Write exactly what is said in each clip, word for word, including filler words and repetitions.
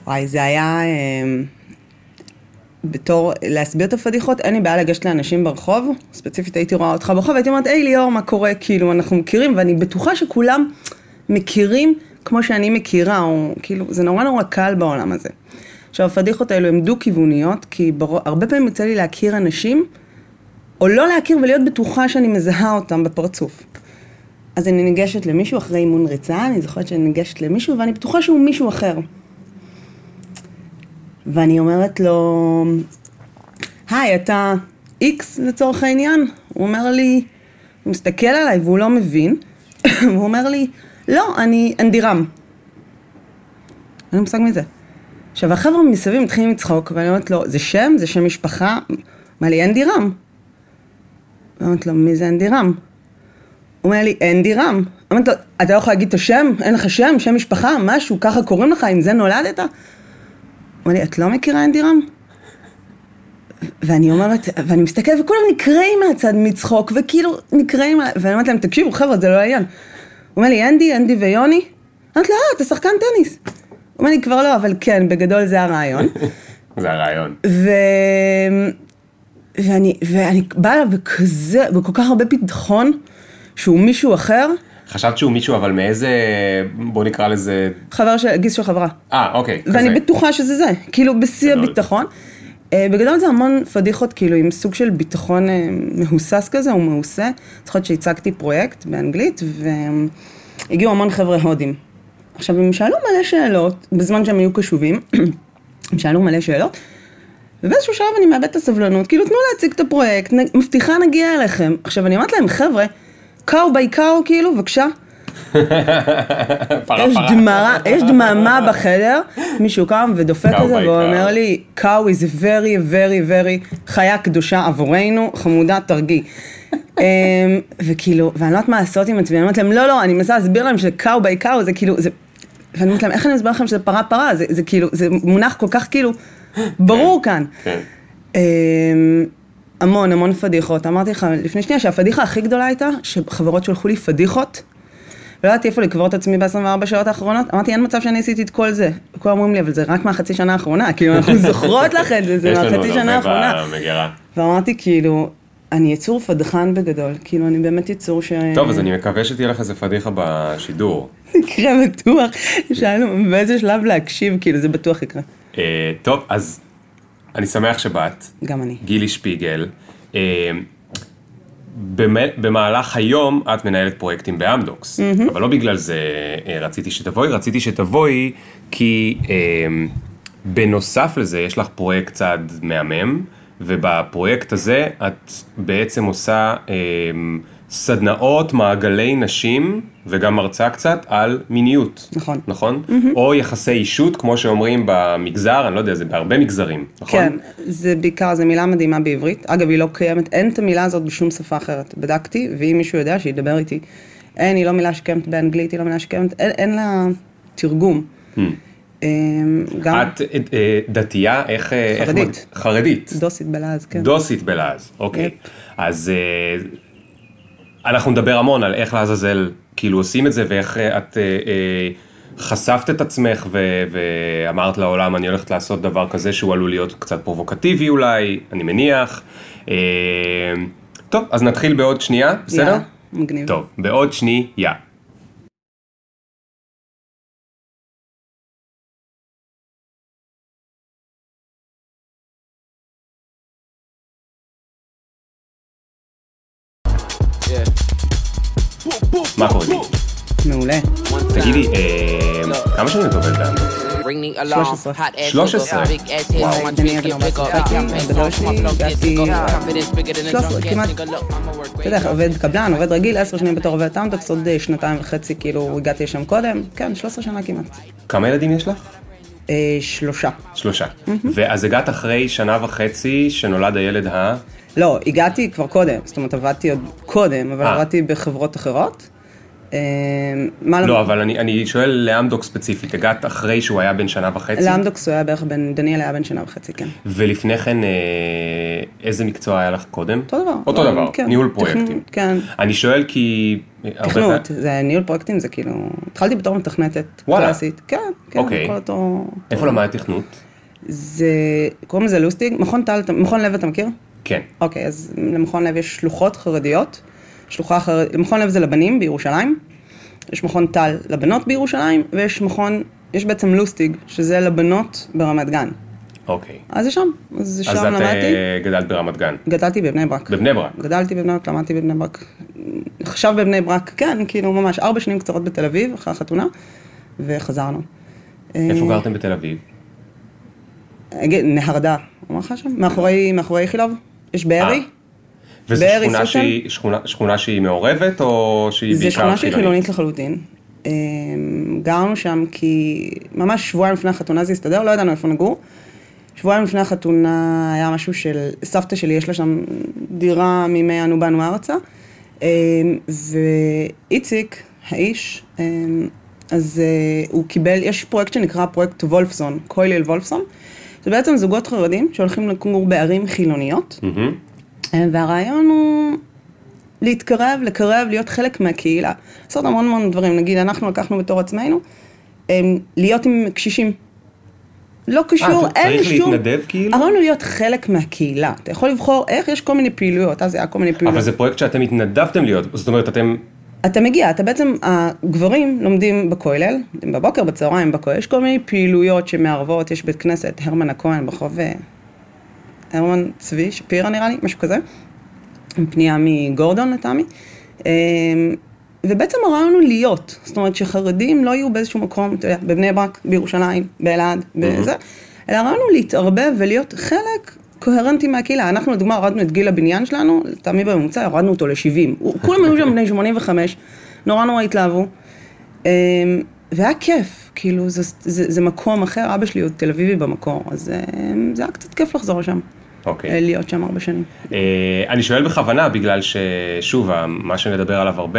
וואי, זה היה... בתור להסביר את הפדיחות, אין לי בעיה לגשת לאנשים ברחוב, ספציפית הייתי רואה אותך ברחוב, והייתי אומרת, היי ליאור, מה קורה? כאילו, אנחנו מכירים, ואני בטוחה שכולם מכירים כמו שאני מכירה, או כאילו, זה נורא נורא קל בעולם הזה. עכשיו, הפדיחות האלו הן דו-כיווניות, כי בר... הרבה פעמים יוצא לי להכיר אנשים, או לא להכיר ולהיות בטוחה שאני מזהה אותם בפרצוף. אז אני ניגשת למישהו אחרי אימון ריצה, אני זוכרת שאני ניגשת למישהו, ואני בטוחה שהוא מישהו אחר. ואני אומרת לו, היי, אתה איקס לצורך העניין? הוא אומר לי, הוא מסתכל עליי והוא לא מבין, והוא אומר לי, לא, אני אנדירם. אני מושג מזה. עכשיו, החבר'ה מסביב מתחילים לצחוק, ואני אומרת לו, זה שם? זה שם משפחה? מה לי, אנדירם? ואני אומרת לו, מי זה אנדירם? הוא אומר לי, אנדירם. אמרתי לו, אתה לא יכול להגיד את השם? אין לך שם? שם משפחה? משהו? ככה קוראים לך? עם זה נולדת? הוא אומר לי, את לא מכירה אנדירם? ואני אומרת, ואני מסתכלת, וכולם נקראים מהצד מצחוק, וכאילו נקראים, ואני אומרת להם, תקשיבו, חבר'ה, זה לא העניין. הוא אומר לי, אנדי, אנדי ויוני? אמרתי לו, אה, אתה שחקן טניס. הוא אומר לי, כבר לא, אבל כן, בגדול זה הרעיון. זה הרעיון. ו... ואני, ואני באה לה בכזה, בכל כך הרבה ביטחון, שהוא מישהו אחר. חשבת שהוא מישהו, אבל מאיזה, בוא נקרא לזה... חבר של, גיס של חברה. אה, אוקיי. ואני כזה. בטוחה שזה זה, כאילו בשיא הביטחון. בגדול זה המון פדיחות, כאילו עם סוג של ביטחון מהוסס כזה, הוא מהוסה. זוכרת שהצגתי פרויקט באנגלית, והגיעו המון חבר'ה הודים. עכשיו, הם שאלו מלא שאלות, בזמן שהם היו קשובים, הם שאלו מלא שאלות, ובאיזשהו שלב אני מאבד את הסבלנות, כאילו תנו להציג את הפרויקט, מבטיחה נגיע אליכם. עכשיו, אני אומרת להם, חבר'ה, קאו ביי קאו, כאילו, בבקשה. יש דמרה, יש דממה בחדר, מישהו קם ודופק את זה, והוא אומר לי, קאו is very very very חיה קדושה עבורנו, חמודה, תרגי. וכאילו, ואני לא יודעת מה לעשות עם עצמי, אני אומרת להם, לא, לא, אני מנסה להסביר להם שקאו ביי קאו, זה כאילו, ואני אומרת להם, איך אני אסביר לכם שזה פרה פרה, זה כאילו, זה מונח כל כך כאילו, ברור כאן. המון, המון פדיחות. אמרתי לך לפני שנייה שהפדיחה הכי גדולה הייתה, שחברות שלחו לי פדיחות, ולא יודעתי איפה לקבור את עצמי ב-עשרים וארבע שעות האחרונות, אמרתי, אין מצב שאני עשיתי את כל זה. וכולם אומרים לי, אבל זה רק מהחצי שנה האחרונה, כאילו אנחנו זוכרות לך את זה, זה מהחצי שנה האחרונה. ואמרתי, כאילו, אני יצור פדחן בגדול, כאילו, אני באמת יצור ש... טוב, אז אני מקווה שתהיה לך איזה פדיחה בשידור. יקרה בטוח, שאלנו באיזה שלב להקשיב, כאילו, זה בטוח יקרה. טוב, אז אני שמח שבאת. גם אני. גילי שפיגל. במהלך היום את מנהלת פרויקטים באמדוקס, mm-hmm. אבל לא בגלל זה רציתי שתבואי, רציתי שתבואי כי אה, בנוסף לזה יש לך פרויקט צד מהמם, ובפרויקט הזה את בעצם עושה אה, סדנאות, מעגלי נשים, וגם מרצה קצת על מיניות. נכון. נכון? Mm-hmm. או יחסי אישות, כמו שאומרים במגזר, אני לא יודע, זה בהרבה מגזרים, נכון? כן, זה בעיקר, זה מילה מדהימה בעברית. אגב, היא לא קיימת, אין את המילה הזאת בשום שפה אחרת. בדקתי, ואם מישהו יודע, שידבר איתי. אין, היא לא מילה שקיימת באנגלית, היא לא מילה שקיימת, אין, אין לה תרגום. Mm. גם... את דתייה, איך... חרדית. איך... חרדית. דוסית בלעז, כן. דוסית בלעז, אוקיי. Yep. אז... אנחנו נדבר המון על איך לעזאזל כאילו עושים את זה, ואיך את אה, אה, חשפת את עצמך ו- ואמרת לעולם, אני הולכת לעשות דבר כזה שהוא עלול להיות קצת פרובוקטיבי אולי, אני מניח. אה, טוב, אז נתחיל בעוד שנייה, בסדר? Yeah, מגניב. טוב, בעוד שנייה. Yeah. מה קורה לי? מעולה. תגידי, כמה שנים את עובדת באמדוקס? שלוש עשרה. שלוש עשרה? וואו, אני אגב ארבע עשרה. בגדול שלי, הגעתי שלוש עשרה, כמעט. אתה יודע, עובד קבלן, עובד רגיל, עשר שנים בתור עובד אמדוקס, עוד שנתיים וחצי, כאילו, הגעתי לשם קודם. כן, שלוש עשרה שנה כמעט. כמה ילדים יש לך? שלושה. שלושה. ואז הגעת אחרי שנה וחצי שנולד הילד ה... לא, הגעתי כבר קודם, זאת אומרת, עבדתי עוד קודם, אבל עבדתי בחברות אחרות. לא, אבל אני שואל לאמדוקס ספציפית, הגעת אחרי שהוא היה בן שנה וחצי? לאמדוקס הוא היה בערך בן, דניאל היה בן שנה וחצי, כן. ולפני כן, איזה מקצוע היה לך קודם? אותו דבר. אותו דבר, ניהול פרויקטים. כן. אני שואל כי תכנות, זה ניהול פרויקטים, זה כאילו, התחלתי בתור מתכנתת קלאסית. כן, כן, כל אותו... איפה למדת תכנות? זה, קוראים לזה לוסטיג, מכון טל, מכון לב אתה מכיר? כן. אוקיי, אז למכון לב יש שלוחות חרדיות, שלוחה חרדית, מכון לב זה לבנים בירושלים, יש מכון טל לבנות בירושלים, ויש מכון, יש בעצם לוסטיג, שזה לבנות ברמת גן. אוקיי. אז זה שם, אז שם למדתי. למדתי. אז את גדלת ברמת גן? גדלתי בבני ברק. בבני ברק? גדלתי בבני ברק, למדתי בבני ברק. עכשיו בבני ברק, כן, כאילו ממש, ארבע שנים קצרות בתל אביב, אחרי החתונה, וחזרנו. איפה גרתם בתל אביב? נהרדה, אומר לך שם? מאחורי, מאחורי איכילוב, יש בארי. וזו שכונה שהיא, שכונה, שכונה שהיא מעורבת, או שהיא בעיקר חילונית? זו שכונה שהיא חילונית לחלוטין. גרנו שם כי ממש שבועיים לפני החתונה זה הסתדר, לא ידענו איפה נגור. שבועיים לפני החתונה היה משהו של, סבתא שלי יש לה שם דירה מימי אנו באנו ארצה, ואיציק, האיש, אז הוא קיבל, יש פרויקט שנקרא פרויקט וולפסון, קויליל וולפסון, זה בעצם זוגות חרדים שהולכים לגור בערים חילוניות, והרעיון הוא להתקרב, לקרב, להיות חלק מהקהילה, לעשות המון המון דברים, נגיד אנחנו לקחנו בתור עצמנו, להיות עם קשישים, לא קשור, אין שום... צריך להתנדב כאילו? הרעיון הוא להיות חלק מהקהילה. אתה יכול לבחור איך, יש כל מיני פעילויות, אז היה כל מיני פעילויות. אבל זה פרויקט שאתם התנדבתם להיות, זאת אומרת, אתם... אתה מגיע, אתה בעצם, הגברים לומדים בכולל, בבוקר, בצהריים בכולל, יש כל מיני פעילויות שמערבות, יש בית כנסת, הרמן הכהן ברחוב, הרמן צבי, שפירה נראה לי, משהו כזה, פנייה מגורדון לטעמי, ובעצם הרעיון הוא להיות, זאת אומרת שחרדים לא יהיו באיזשהו מקום, אתה יודע, בבני ברק, בירושלים, באלעד, בזה, אלא הרעיון הוא להתערבב ולהיות חלק קוהרנטי מהקהילה. אנחנו לדוגמה הורדנו את גיל הבניין שלנו, תעמי בממוצע, הורדנו אותו ל-שבעים. כולם היו שם בני שמונים וחמש, נורא נורא התלהבו. והיה כיף, כאילו, זה, זה, זה מקום אחר, אבא שלי הוא תל אביבי במקור, אז זה היה קצת כיף לחזור לשם. אוקיי. להיות שם הרבה שנים. אני שואל בכוונה, בגלל ששוב, מה שנדבר עליו הרבה,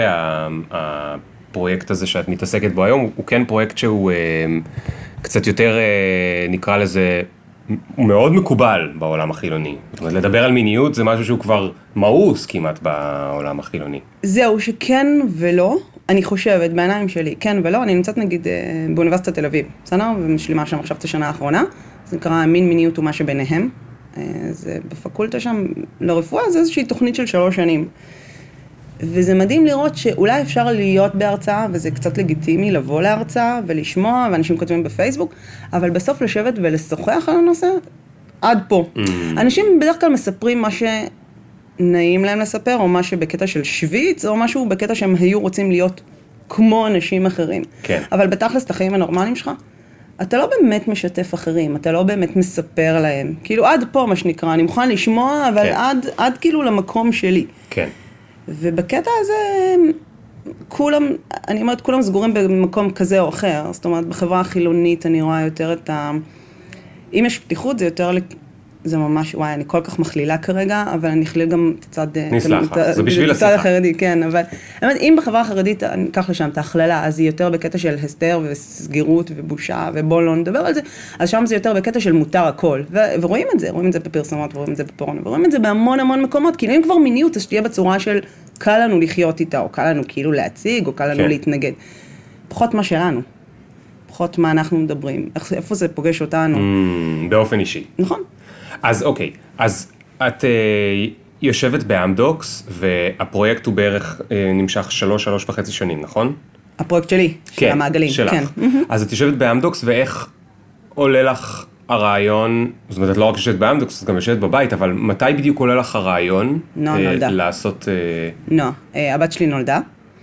הפרויקט הזה שאת מתעסקת בו היום, הוא כן פרויקט שהוא קצת יותר, נקרא לזה, הוא מאוד מקובל בעולם החילוני. זאת אומרת, לדבר על מיניות זה משהו שהוא כבר מאוס כמעט בעולם החילוני. זהו, שכן ולא, אני חושבת, בעיניים שלי, כן ולא, אני נמצאת נגיד באוניברסיטת תל אביב, בסדר? ומשלימה שם עכשיו את השנה האחרונה, זה נקרא מין מיניות ומה שביניהם. זה בפקולטה שם לרפואה, זה איזושהי תוכנית של שלוש שנים. וזה מדהים לראות שאולי אפשר להיות בהרצאה, וזה קצת לגיטימי לבוא להרצאה ולשמוע, ואנשים כותבים בפייסבוק, אבל בסוף לשבת ולשוחח על הנושא, עד פה. Mm. אנשים בדרך כלל מספרים מה שנעים להם לספר, או מה שבקטע של שוויץ, או משהו בקטע שהם היו רוצים להיות כמו אנשים אחרים. כן. אבל בתכלס את החיים הנורמליים שלך, אתה לא באמת משתף אחרים, אתה לא באמת מספר להם. כאילו עד פה מה שנקרא, אני מוכן לשמוע, אבל כן. עד, עד כאילו למקום שלי. כן. ובקטע הזה, כולם, אני אומרת, כולם סגורים במקום כזה או אחר. זאת אומרת, בחברה החילונית אני רואה יותר את ה... אם יש פתיחות זה יותר... זה ממש, וואי, אני כל כך מכלילה כרגע, אבל אני אכליל גם את הצד... נסלח, זה בשביל השיחה. את הצד החרדי, כן, אבל... אם בחברה החרדית, אני אקח לשם את ההכללה, אז היא יותר בקטע של הסתר וסגירות ובושה, ובוא לא נדבר על זה, אז שם זה יותר בקטע של מותר הכל. ורואים את זה, רואים את זה בפרסומות, ורואים את זה בפורנו, ורואים את זה בהמון המון מקומות, כי אם כבר מיניות, אז שתהיה בצורה של קל לנו לחיות איתה, או קל לנו כאילו להציג, או קל לנו להתנגד. פחות מה שלנו. פחות מה אנחנו מדברים. איפה זה פוגש אותנו? באופן אישי. נכון. אז אוקיי, אז את אה, יושבת באמדוקס, והפרויקט הוא בערך אה, נמשך שלוש, שלוש וחצי שנים, נכון? הפרויקט שלי, כן, של המעגלים. שלך. כן, אז את יושבת באמדוקס, ואיך עולה לך הרעיון, זאת אומרת, את לא רק יושבת באמדוקס, את גם יושבת בבית, אבל מתי בדיוק עולה לך הרעיון נועה אה, נולדה. לעשות... אה... נועה, אה, הבת שלי נולדה.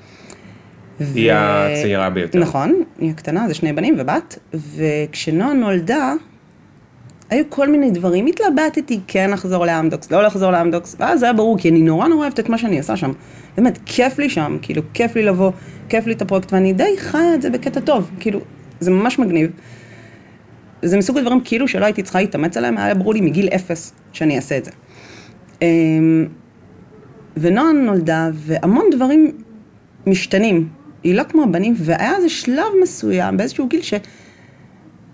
היא ו... הצעירה ביותר. נכון, היא הקטנה, זה שני בנים ובת, וכשנועה נולדה, היו כל מיני דברים, התלבטתי כן לחזור לאמדוקס, לא לחזור לאמדוקס, ואז זה היה ברור, כי אני נורא נורא אוהבת את מה שאני עושה שם. באמת, כיף לי שם, כאילו, כיף לי לבוא, כיף לי את הפרויקט, ואני די חיה את זה בקטע טוב, כאילו, זה ממש מגניב. זה מסוג הדברים כאילו שלא הייתי צריכה להתאמץ עליהם, היה ברור לי מגיל אפס שאני אעשה את זה. ונועה נולדה, והמון דברים משתנים, היא לא כמו הבנים, והיה איזה שלב מסוים, באיזשהו גיל ש...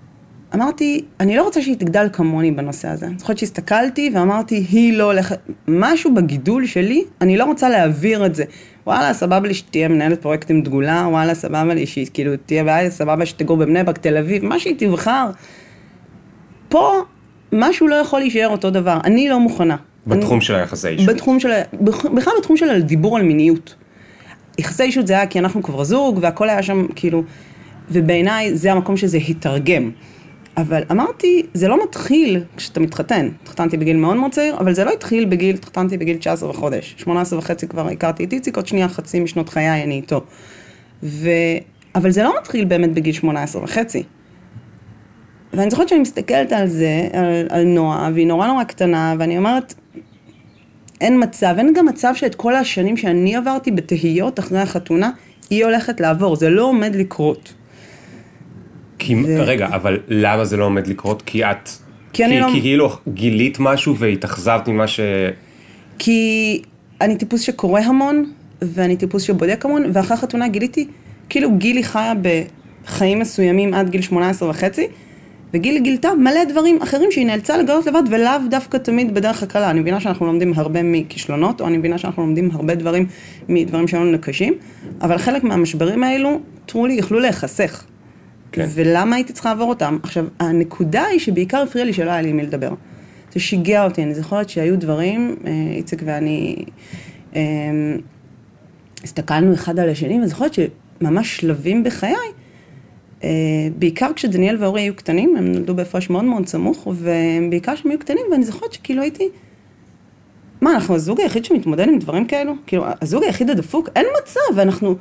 אמרתי, אני לא רוצה שהיא תגדל כמוני בנושא הזה. אני זוכרת שהסתכלתי ואמרתי, היא לא הולכת, משהו בגידול שלי, אני לא רוצה להעביר את זה. וואלה, סבבה לי שתהיה מנהלת פרויקטים דגולה, וואלה, סבבה לי שהיא כאילו תהיה בעיה, סבבה שתגור בבני ברק, תל אביב, מה שהיא תבחר. פה, משהו לא יכול להישאר אותו דבר. אני לא מוכנה. בתחום אני, של היחסי אישות. בתחום של, בכלל בתחום של הדיבור על מיניות. יחסי אישות זה היה כי אנחנו כבר זוג, והכל היה שם כאילו, ובעיניי זה המקום שזה התרגם. אבל אמרתי, זה לא מתחיל כשאתה מתחתן. התחתנתי בגיל מאוד מאוד צעיר, אבל זה לא התחיל בגיל, התחתנתי בגיל תשע עשרה וחודש. שמונה עשרה וחצי כבר הכרתי את איציק, עוד שנייה חצי משנות חיי אני איתו. ו... אבל זה לא מתחיל באמת בגיל שמונה עשרה וחצי. ואני זוכרת שאני מסתכלת על זה, על, על נועה, והיא נורא נורא קטנה, ואני אומרת, אין מצב, אין גם מצב שאת כל השנים שאני עברתי בתהיות אחרי החתונה, היא הולכת לעבור, זה לא עומד לקרות. כי, ו... רגע, אבל למה זה לא עומד לקרות? כי את, כי, כי, אני כי לא... כאילו גילית משהו והתאכזבת ממה ש... כי אני טיפוס שקורא המון, ואני טיפוס שבודק המון, ואחרי החתונה גיליתי, כאילו גילי חיה בחיים מסוימים עד גיל שמונה עשרה וחצי, וגילי גילתה מלא דברים אחרים שהיא נאלצה לגלות לבד, ולאו דווקא תמיד בדרך הקלה. אני מבינה שאנחנו לומדים הרבה מכישלונות, או אני מבינה שאנחנו לומדים הרבה דברים מדברים שהיו קשים, אבל חלק מהמשברים האלו, טרולי, יכלו להיחסך. כן. ולמה הייתי צריכה לעבור אותם? עכשיו, הנקודה היא שבעיקר הפריע לי שלא היה לי מי לדבר. זה שיגע אותי, אני זוכרת שהיו דברים, איציק ואני אה, הסתכלנו אחד על השני, ואני זוכרת שממש שלבים בחיי, אה, בעיקר כשדניאל ואורי היו קטנים, הם נולדו בהפרש מאוד מאוד סמוך, ובעיקר שהם היו קטנים, ואני זוכרת שכאילו הייתי, מה, אנחנו הזוג היחיד שמתמודד עם דברים כאלו? כאילו, הזוג היחיד הדפוק, אין מצב, ואנחנו...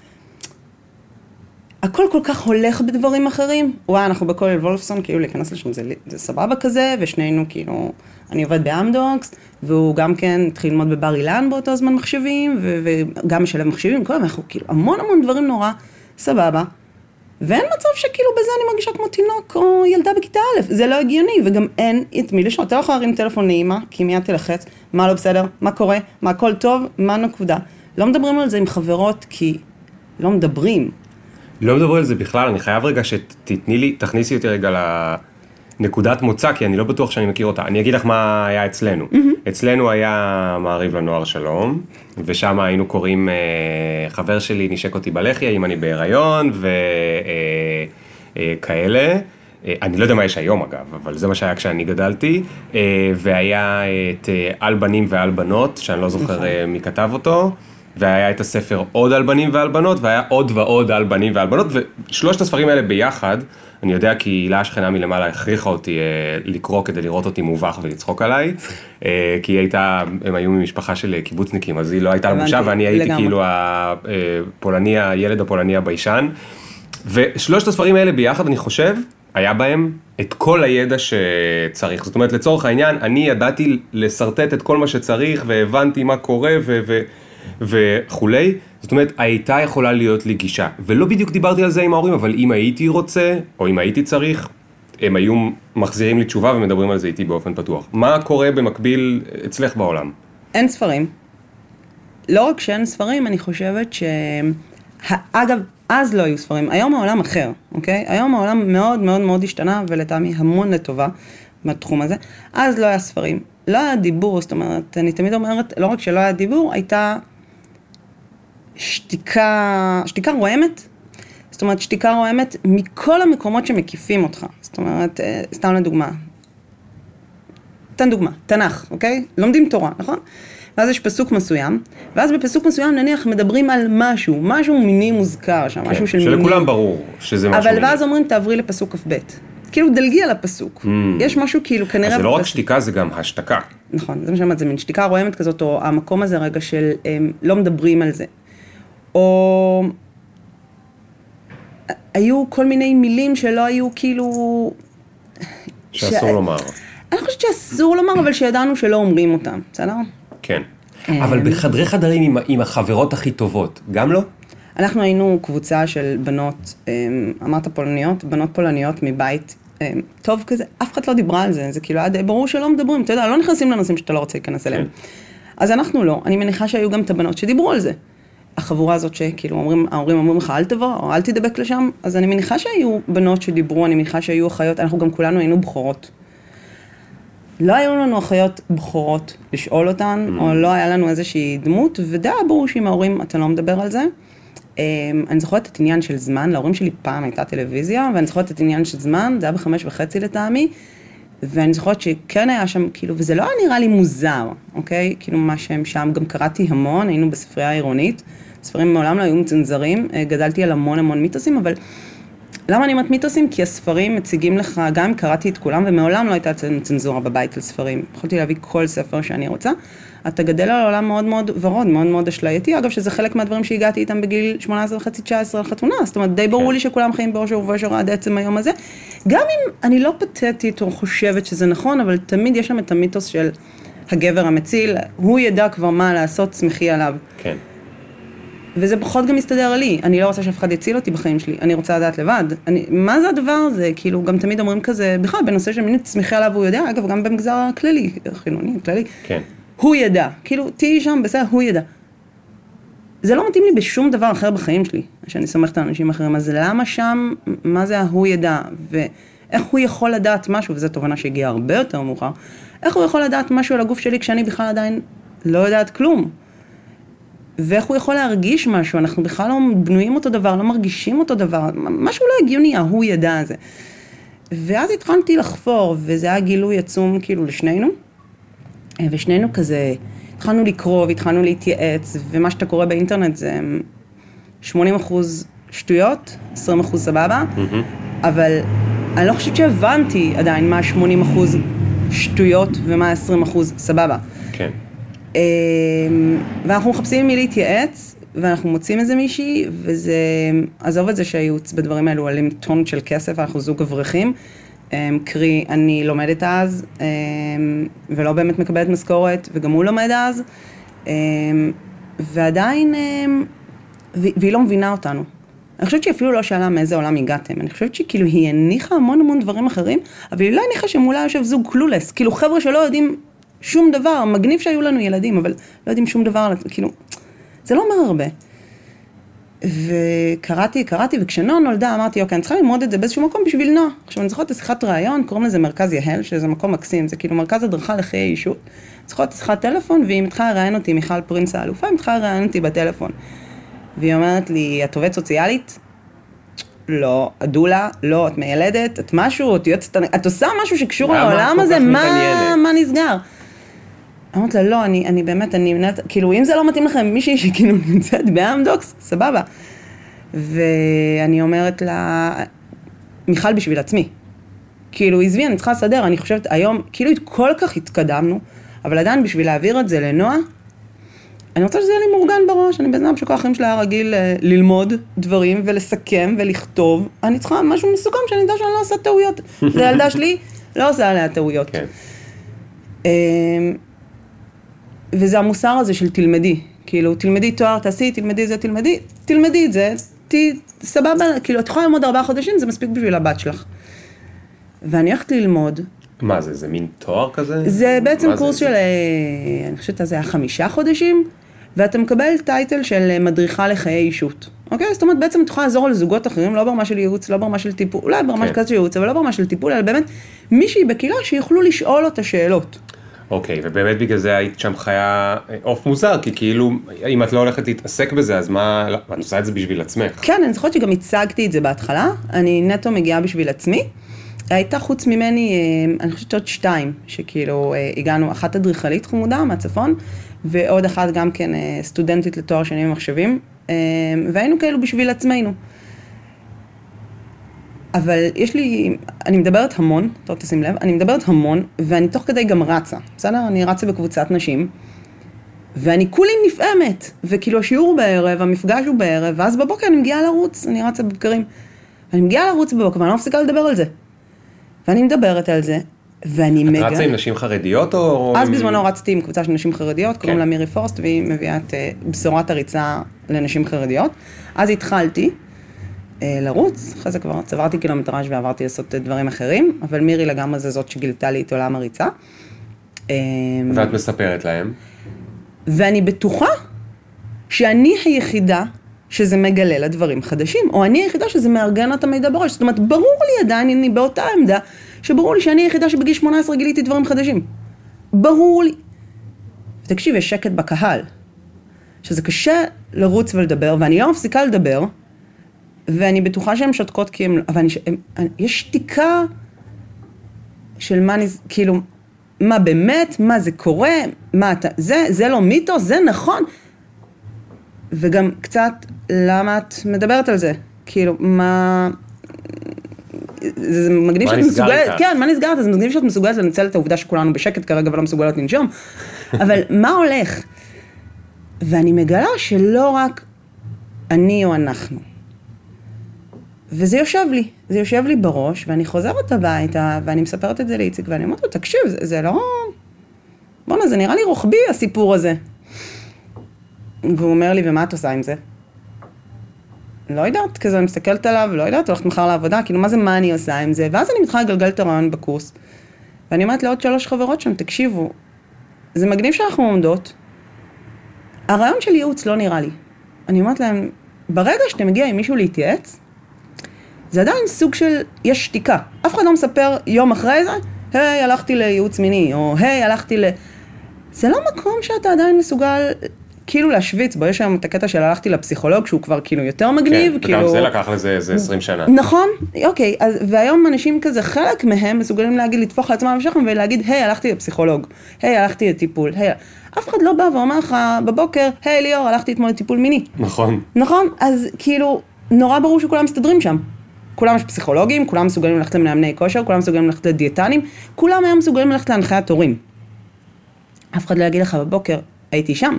הכל כל כך הולך בדברים אחרים. וואי, אנחנו בכולל וולפסון, כאילו להיכנס לשם, זה, זה סבבה כזה, ושנינו כאילו, אני עובד באמדוקס, והוא גם כן התחיל ללמוד בבר אילן באותו זמן מחשבים, ו- וגם משלב מחשבים, כל אנחנו כאילו, המון המון דברים נורא סבבה, ואין מצב שכאילו בזה אני מרגישה כמו תינוק או ילדה בכיתה א', זה לא הגיוני, וגם אין את מי לשאול. אתה לא יכול להרים טלפון לאמא, כי מיד תלחץ, מה לא בסדר, מה קורה, מה הכל טוב, מה נקודה. לא מדברים על זה עם חברות, כי לא מדברים. לא מדבר על זה בכלל, אני חייב רגע שתתני לי, תכניסי אותי רגע לנקודת מוצא, כי אני לא בטוח שאני מכיר אותה. אני אגיד לך מה היה אצלנו. Mm-hmm. אצלנו היה מעריב לנוער שלום, ושם היינו קוראים, חבר שלי נשק אותי בלחיה, אם אני בהיריון, וכאלה. אני לא יודע מה יש היום אגב, אבל זה מה שהיה כשאני גדלתי, והיה את על בנים ועל בנות, שאני לא זוכר מי כתב אותו, והיה את הספר עוד על בנים ועל בנות, והיה עוד ועוד על בנים ועל בנות, ושלושת הספרים האלה ביחד, אני יודע כי הילה השכנה מלמעלה הכריחה אותי אה, לקרוא כדי לראות אותי מובך ולצחוק עליי, אה, כי היא הייתה, הם היו ממשפחה של קיבוצניקים, אז היא לא הייתה לבושה, ואני הייתי לגמרי. כאילו הפולני, הילד הפולני הביישן, ושלושת הספרים האלה ביחד, אני חושב, היה בהם את כל הידע שצריך, זאת אומרת, לצורך העניין, אני ידעתי לסרטט את כל מה שצריך, והבנתי מה קורה, ו... ו וכולי, זאת אומרת, הייתה יכולה להיות לי גישה, ולא בדיוק דיברתי על זה עם ההורים, אבל אם הייתי רוצה, או אם הייתי צריך, הם היו מחזירים לי תשובה ומדברים על זה איתי באופן פתוח. מה קורה במקביל אצלך בעולם? אין ספרים. לא רק שאין ספרים, אני חושבת ש... אגב, אז לא היו ספרים, היום העולם אחר, אוקיי? היום העולם מאוד מאוד מאוד השתנה, ולטעמי המון לטובה בתחום הזה. אז לא היה ספרים, לא היה דיבור, זאת אומרת, אני תמיד אומרת, לא רק שלא היה דיבור, הייתה שתיקה, שתיקה רועמת, זאת אומרת, שתיקה רועמת מכל המקומות שמקיפים אותך. זאת אומרת, סתם לדוגמה, תן דוגמה, תנ"ך, אוקיי? לומדים תורה, נכון? ואז יש פסוק מסוים, ואז בפסוק מסוים נניח מדברים על משהו, משהו מיני מוזכר שם, כן, משהו של מיני. שלכולם ברור שזה משהו אבל מיני. ואז אומרים, תעברי לפסוק כ"ב. כאילו דלגי על הפסוק. Mm. יש משהו כאילו כנראה... אז זה לא רק שתיקה, זה גם השתקה. נכון, זה מה שאומרת, זה מין שתיקה רועמת כזאת, או המקום הזה רגע של הם, לא מדברים על זה. או... היו כל מיני מילים שלא היו כאילו... שאסור ש... לומר. אני חושבת שאסור לומר, אבל שידענו שלא אומרים אותם, בסדר? כן. אבל בחדרי חדרים עם, עם החברות הכי טובות, גם לא? אנחנו היינו קבוצה של בנות, אמרת פולניות, בנות פולניות מבית טוב כזה, אף אחד לא דיברה על זה, זה כאילו היה די ברור שלא מדברים, אתה יודע, לא נכנסים לנושאים שאתה לא רוצה להיכנס אליהם. אז אנחנו לא, אני מניחה שהיו גם את הבנות שדיברו על זה. החבורה הזאת שכאילו אומרים, ההורים אומרים לך, אל תבוא, או אל תדבק לשם, אז אני מניחה שהיו בנות שדיברו, אני מניחה שהיו אחיות, אנחנו גם כולנו היינו בחורות. לא היו לנו אחיות בחורות לשאול אותן, mm. או לא היה לנו איזושהי דמות, ודי ברור שעם ההורים אתה לא מדבר על זה. אני זוכרת את עניין של זמן, להורים שלי פעם הייתה טלוויזיה, ואני זוכרת את עניין של זמן, זה היה בחמש וחצי לטעמי, ואני זוכרת שכן היה שם, כאילו, וזה לא היה נראה לי מוזר, אוקיי? כאילו מה שהם שם, גם קראתי המון, היינו בספרייה העירונית, ספרים מעולם לא היו מצנזרים, גדלתי על המון המון מיתוסים, אבל למה אני אומרת מיתוסים? כי הספרים מציגים לך, גם אם קראתי את כולם, ומעולם לא הייתה צנזורה בבית על ספרים, יכולתי להביא כל ספר שאני רוצה, אתה גדל על העולם מאוד מאוד ורוד, מאוד מאוד אשלייתי, אגב שזה חלק מהדברים שהגעתי איתם בגיל שמונה עשרה וחצי תשע עשרה לחתונה, זאת אומרת די ברור לי שכולם חיים באושר ובאושר עד עצם היום הזה, גם אם אני לא פתטית או חושבת שזה נכון, אבל תמיד יש שם את המיתוס של הגבר המציל, הוא ידע כבר מה לעשות, שמחי עליו. כן. וזה פחות גם מסתדר לי, אני לא רוצה שאף אחד יציל אותי בחיים שלי, אני רוצה לדעת לבד. אני, מה זה הדבר הזה? כאילו, גם תמיד אומרים כזה, בכלל, בנושא של מינית שמחי עליו הוא יודע, אגב, גם במגזר הכללי, חילוני, כללי. כן. הוא ידע, כאילו, תהי שם, בסדר, הוא ידע. זה לא מתאים לי בשום דבר אחר בחיים שלי, שאני סומכת על אנשים אחרים, אז למה שם, מה זה הוא ידע, ואיך הוא יכול לדעת משהו, וזו תובנה שהגיעה הרבה יותר מאוחר, איך הוא יכול לדעת משהו על הגוף שלי, כשאני בכלל עדיין לא יודעת כלום. ואיך הוא יכול להרגיש משהו, אנחנו בכלל לא בנויים אותו דבר, לא מרגישים אותו דבר, משהו לא הגיוני, הוא ידע הזה. ואז התחלתי לחפור, וזה היה גילוי עצום כאילו לשנינו, ושנינו כזה, התחלנו לקרוא והתחלנו להתייעץ, ומה שאתה קורא באינטרנט זה שמונים אחוז שטויות, עשרים אחוז סבבה, mm-hmm. אבל אני לא חושבת שהבנתי עדיין מה שמונים אחוז שטויות ומה עשרים אחוז סבבה. כן. ואנחנו מחפשים מי להתייעץ, ואנחנו מוצאים איזה מישהי, וזה, עזוב את זה שהייעוץ בדברים האלו עלים טון של כסף, אנחנו זוג אברכים, קרי, אני לומדת אז, ולא באמת מקבלת משכורת, וגם הוא לומד אז, ועדיין, והיא לא מבינה אותנו. אני חושבת שהיא אפילו לא שאלה מאיזה עולם הגעתם, אני חושבת שכאילו היא הניחה המון המון דברים אחרים, אבל היא לא הניחה שמולה יושב זוג קלולס, כאילו חבר'ה שלא יודעים שום דבר, מגניב שהיו לנו ילדים, אבל לא יודעים שום דבר, כאילו, זה לא אומר הרבה. וקראתי, קראתי, וכשנועה נולדה, אמרתי, אוקיי, אני צריכה ללמוד את זה באיזשהו מקום בשביל נועה. עכשיו, אני זוכרת את שיחת רעיון, קוראים לזה מרכז יהל, שזה מקום מקסים, זה כאילו מרכז הדרכה לחיי אישות. אני זוכרת את שיחת טלפון, והיא מתחילה לראיין אותי, מיכל פרינס האלופה, היא מתחילה לראיין אותי בטלפון. והיא אומרת לי, את עובדת סוציאלית? לא, אדולה, לא, את מיילדת, את משהו, את יוצאת, את עושה משהו שקשור לעולם הזה, מה, מה נסגר? אמרת לה, לא, אני, אני באמת, אני מנהלת, כאילו, אם זה לא מתאים לכם, מישהי שכאילו נמצאת באמדוקס, סבבה. ואני אומרת לה, מיכל בשביל עצמי. כאילו, עזבי, אני צריכה לסדר, אני חושבת, היום, כאילו, כל כך התקדמנו, אבל עדיין בשביל להעביר את זה לנועה, אני רוצה שזה יהיה לי מאורגן בראש, אני בזמן שכל החיים שלה היה רגיל ללמוד דברים ולסכם ולכתוב, אני צריכה משהו מסוכם שאני יודע שאני לא עושה טעויות. זה ילדה שלי, לא עושה עליה טעויות. כן. וזה המוסר הזה של תלמדי, כאילו, תלמדי תואר, תעשי, תלמדי זה, תלמדי, תלמדי את זה, תי, סבבה, כאילו, את יכולה ללמוד ארבעה חודשים, זה מספיק בשביל הבת שלך. ואני הולכת ללמוד. מה זה, זה מין תואר כזה? זה בעצם קורס של, אני חושבת, זה היה חמישה חודשים, ואתה מקבל טייטל של מדריכה לחיי אישות. אוקיי? זאת אומרת, בעצם את יכולה לעזור לזוגות אחרים, לא ברמה של ייעוץ, לא ברמה של טיפול, אולי ברמה כזה של ייעוץ, אבל לא ברמה של טיפול, אלא באמת מישהי בקהילה שיוכלו לשאול אותה שאלות. אוקיי, ובאמת בגלל זה היית שם חיה אוף מוזר, כי כאילו, אם את לא הולכת להתעסק בזה, אז מה, את עושה את זה בשביל עצמך? כן, אני זוכרת שגם הצגתי את זה בהתחלה, אני נטו מגיעה בשביל עצמי, הייתה חוץ ממני, אני חושבת עוד שתיים, שכאילו הגענו, אחת אדריכלית חמודה מהצפון, ועוד אחת גם כן סטודנטית לתואר שני במחשבים, והיינו כאילו בשביל עצמנו. אבל יש לי, אני מדברת המון, טוב תשים לב, אני מדברת המון, ואני תוך כדי גם רצה, בסדר? אני רצה בקבוצת נשים, ואני כולי נפעמת, וכאילו השיעור הוא בערב, המפגש הוא בערב, ואז בבוקר אני מגיעה לרוץ, אני רצה בבקרים, ואני מגיעה לרוץ בבוקר, ואני לא מפסיקה לדבר על זה. ואני מדברת על זה, ואני מגע... את רצה עם נשים חרדיות או... אז בזמנו רצתי עם קבוצה של נשים חרדיות, קוראים לה מירי פורסט, והיא מביאה את בשורת הריצה לנשים חרדיות. אז התחלתי לרוץ, אחרי זה כבר צברתי קילומטראז' ועברתי לעשות דברים אחרים, אבל מירי לגמרי זה זאת שגילתה לי את עולם הריצה. ואת מספרת להם? ואני בטוחה שאני היחידה שזה מגלה לדברים חדשים, או אני היחידה שזה מארגן את המידע בראש. זאת אומרת, ברור לי עדיין, אני באותה עמדה, שברור לי שאני היחידה שבגיל שמונה עשרה גיליתי דברים חדשים. ברור לי. ותקשיב, יש שקט בקהל, שזה קשה לרוץ ולדבר, ואני לא מפסיקה לדבר, ואני בטוחה שהן שותקות כי הן, אבל אני, הם, יש שתיקה של מה, כאילו, מה באמת, מה זה קורה, מה אתה, זה, זה לא מיתוס, זה נכון. וגם קצת, למה את מדברת על זה? כאילו, מה... זה מגניב שאת מסוגלת, כן, מה נסגרת? זה מגניב שאת מסוגלת לנצל את העובדה שכולנו בשקט כרגע ולא מסוגלת לנשום. אבל מה הולך? ואני מגלה שלא רק אני או אנחנו. וזה יושב לי, זה יושב לי בראש, ואני חוזרת הביתה, ואני מספרת את זה לאיציק, ואני אומרת לו, תקשיב, זה, זה לא... בוא'נה, זה נראה לי רוחבי, הסיפור הזה. והוא אומר לי, ומה את עושה עם זה? לא יודעת, כזה אני מסתכלת עליו, לא יודעת, הולכת מחר לעבודה, כאילו, מה זה מה אני עושה עם זה? ואז אני מתחילה לגלגל את הרעיון בקורס, ואני אומרת לעוד שלוש חברות שם, תקשיבו, זה מגניב שאנחנו עומדות, הרעיון של ייעוץ לא נראה לי. אני אומרת להם, ברגע שאתה מגיע עם מישהו להתייעץ, זה עדיין סוג של, יש שתיקה. אף אחד לא מספר יום אחרי זה, היי, הלכתי לייעוץ מיני, או היי, הלכתי ל... זה לא מקום שאתה עדיין מסוגל, כאילו להשוויץ בו. יש שם את הקטע של הלכתי לפסיכולוג, שהוא כבר כאילו יותר מגניב. כן, כאילו... וגם זה לקח לזה איזה עשרים שנה. נכון, אוקיי. אז, והיום אנשים כזה, חלק מהם מסוגלים להגיד, לתפוח לעצמם ושכם, ולהגיד, היי, הלכתי לפסיכולוג, היי, הלכתי לטיפול, היי. אף אחד לא בא ואומר לך בבוקר, היי, ליאור, הלכתי אתמול לטיפול מיני. נכון. נכון, אז כאילו, נורא ברור שכולם מסתדרים שם. כולם יש פסיכולוגים, כולם מסוגלים ללכת למאמני כושר, כולם מסוגלים ללכת לדיאטנים, כולם היום מסוגלים ללכת להנחיית הורים. אף אחד לא יגיד לך בבוקר, הייתי שם.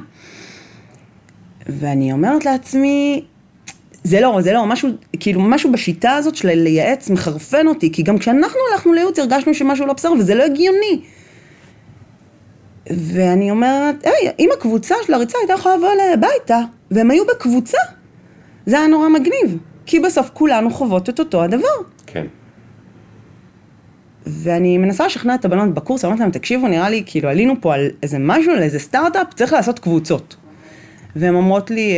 ואני אומרת לעצמי, זה לא, זה לא, משהו, כאילו משהו בשיטה הזאת של לייעץ מחרפן אותי, כי גם כשאנחנו הלכנו לייעוץ הרגשנו שמשהו לא בסדר, וזה לא הגיוני. ואני אומרת, היי, אם הקבוצה של הריצה הייתה יכולה לבוא לביתה, והם היו בקבוצה, זה היה נורא מגניב. כי בסוף כולנו חוות את אותו הדבר. כן. ואני מנסה לשכנע את הבנות בקורס, אמרתי להם, תקשיבו, נראה לי, כאילו, עלינו פה על איזה משהו, על איזה סטארט-אפ, צריך לעשות קבוצות. והן אומרות לי,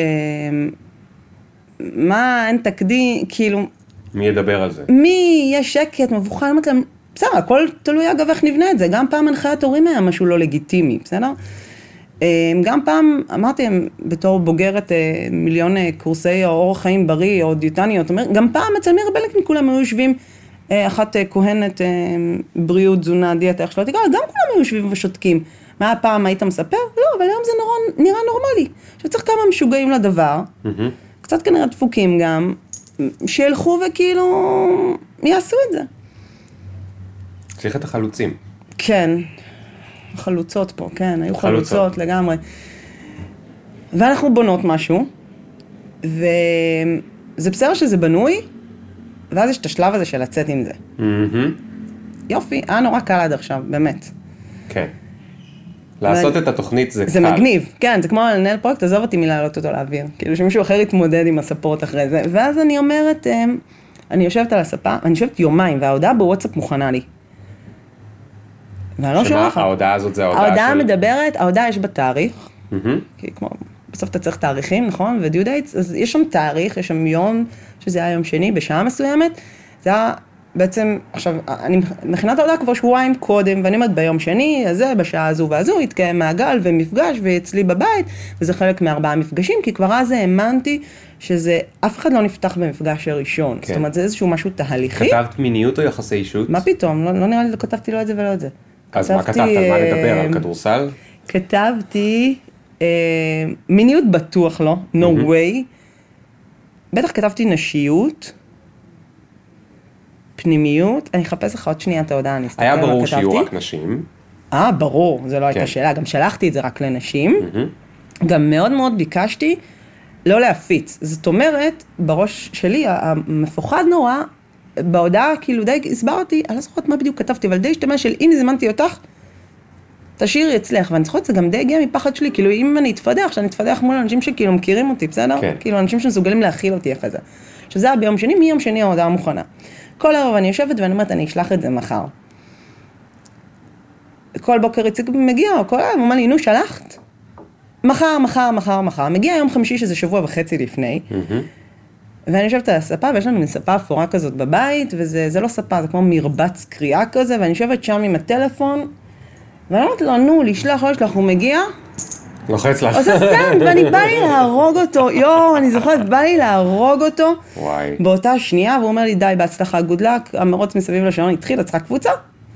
מה, אין תקדי, כאילו... מי ידבר על זה? מי יהיה שקט, מבוכה, אני אומרת להם, בסדר, הכל תלוי אגב איך נבנה את זה, גם פעם הנחיית הורים היה משהו לא לגיטימי, בסדר? גם פעם, אמרתי, בתור בוגרת מיליון קורסי אורח חיים בריא או דיאטניות, גם פעם אצל מירי בלנקין כולם היו יושבים, אחת כהנת בריאות, תזונה, דיאטה, איך שלא תקרא, גם כולם היו יושבים ושותקים. מה הפעם היית מספר? לא, אבל היום זה נורא, נראה נורמלי. שצריך כמה משוגעים לדבר, קצת כנראה דפוקים גם, שילכו וכאילו יעשו את זה. צריך את החלוצים. כן. חלוצות פה, כן, היו חלוצות, חלוצות לגמרי. ואנחנו בונות משהו, וזה בסדר שזה בנוי, ואז יש את השלב הזה של לצאת עם זה. Mm-hmm. יופי, היה נורא קל עד עכשיו, באמת. כן. לעשות ו... את התוכנית זה, זה קל. זה מגניב, כן, זה כמו לנהל פרויקט, עזוב אותי מלהעלות אותו לאוויר. כאילו שמישהו אחר יתמודד עם הספורט אחרי זה. ואז אני אומרת, אני יושבת על הספה, אני יושבת יומיים, וההודעה בוואטסאפ מוכנה לי. שמה, ההודעה הזאת זה ההודעה ההודעה של... מדברת, ההודעה יש בה תאריך, כי כמו, בסוף אתה צריך תאריכים, נכון? ודיו דייטס, אז יש שם תאריך, יש שם יום, שזה היה יום שני, בשעה מסוימת, זה היה בעצם, עכשיו, אני מכינה את ההודעה כבר שבועיים קודם, ואני אומרת ביום שני, הזה, בשעה הזו והזו, התקיים מעגל ומפגש, ואצלי בבית, וזה חלק מארבעה מפגשים, כי כבר אז האמנתי שזה, אף אחד לא נפתח במפגש הראשון, כן. זאת אומרת, זה איזשהו משהו תהליכי. כתבת מיניות או יחסי אישות? מה פתאום? לא, לא נראה לי, לא כתבתי לו את זה ולא את זה. אז מה כתבת? על מה לדבר? על כדורסל? כתבתי, מיניות בטוח לא, no way. בטח כתבתי נשיות, פנימיות, אני אחפש לך עוד שנייה את ההודעה, אני אסתכל היה מה כתבתי. ברור שיהיו רק נשים. אה, ברור, זו לא הייתה שאלה, גם שלחתי את זה רק לנשים. גם מאוד מאוד ביקשתי לא להפיץ. זאת אומרת, בראש שלי, המפוחד נורא, בהודעה, כאילו די הסברתי, אני לא זוכרת מה בדיוק כתבתי, אבל די השתמש של אם זימנתי אותך, תשאירי אצלך, ואני זוכרת, זה גם די הגיע מפחד שלי, כאילו אם אני אתפדח, שאני אתפדח מול אנשים שכאילו מכירים אותי, בסדר? כן. כאילו אנשים שמסוגלים להכיל אותי אחרי זה. שזה היה ביום שני, מיום שני ההודעה מוכנה. כל ערב אני יושבת ואני אומרת, אני אשלח את זה מחר. כל בוקר יציג מגיע, או כל ערב, הוא אומר לי, נו, שלחת? מחר, מחר, מחר, מחר. מגיע יום חמישי שזה שבוע וחצי לפני, ואני יושבת על הספה, ויש לנו ספה אפורה כזאת בבית, וזה לא ספה, זה כמו מרבץ קריאה כזה, ואני יושבת שם עם הטלפון, ואני אומרת לו, נו, לשלח, לא לשלח, הוא מגיע, לוחץ לך. עושה סנד, ואני בא לי להרוג אותו, יואו, אני זוכרת, בא לי להרוג אותו, וואי. באותה שנייה, והוא אומר לי, די, בהצלחה, גודלק, המרוץ מסביב לשעון התחיל, צריכה קבוצה,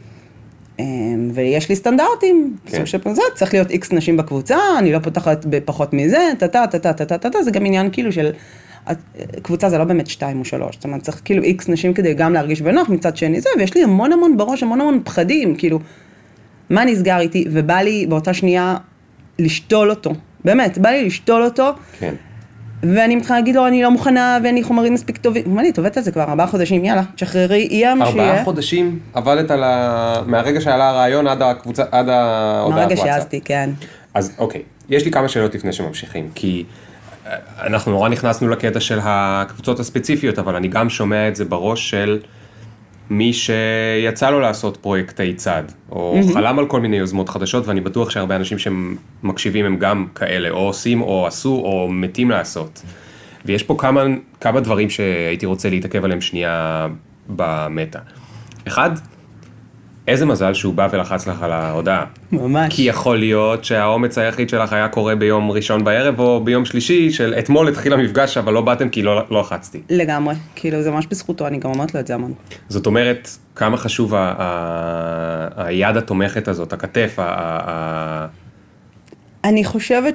ויש לי סטנדרטים, סוג של פנזות, צריך להיות איקס נשים בקבוצה, אני לא פותחת בפחות מזה, טטה, טטה, טטה, טטה, זה גם עניין כאילו של, קבוצה זה לא באמת שתיים או שלוש, זאת אומרת, צריך כאילו איקס נשים כדי גם להרגיש בנוח מצד שני זה, ויש לי המון המון בראש, המון המון פחדים, כאילו, מה נסגר איתי, ובא לי באותה שנייה לשתול אותו, באמת, בא לי לשתול אותו, כן. ואני מתחילה להגיד לו, אני לא מוכנה, ואין לי חומרים מספיק טובים. הוא אומר לי, את עובדת על זה כבר ארבעה חודשים, יאללה, תשחררי, יהיה מה שיהיה. ארבעה חודשים עבדת על ה... מהרגע שעלה הרעיון עד הקבוצה, עד ההודעת וואטסאפ. מהרגע שהעזתי, כן. אז אוקיי, יש לי כמה שאלות לפני שממשיכים, כי אנחנו נורא נכנסנו לקטע של הקבוצות הספציפיות, אבל אני גם שומע את זה בראש של מי שיצא לו לעשות פרויקטי צד, או mm-hmm. חלם על כל מיני יוזמות חדשות, ואני בטוח שהרבה אנשים שמקשיבים הם גם כאלה, או עושים, או עשו, או מתים לעשות. ויש פה כמה, כמה דברים שהייתי רוצה להתעכב עליהם שנייה במטה. אחד, איזה מזל שהוא בא ולחץ לך על ההודעה. ממש. כי יכול להיות שהאומץ היחיד שלך היה קורה ביום ראשון בערב, או ביום שלישי, של אתמול התחיל המפגש, אבל לא באתם כי לא, לא לחצתי. לגמרי. כאילו, זה ממש בזכותו, אני גם אומרת לו את זה המון. זאת אומרת, כמה חשוב ה- ה- היד התומכת הזאת, הכתף, ה- ה- אני חושבת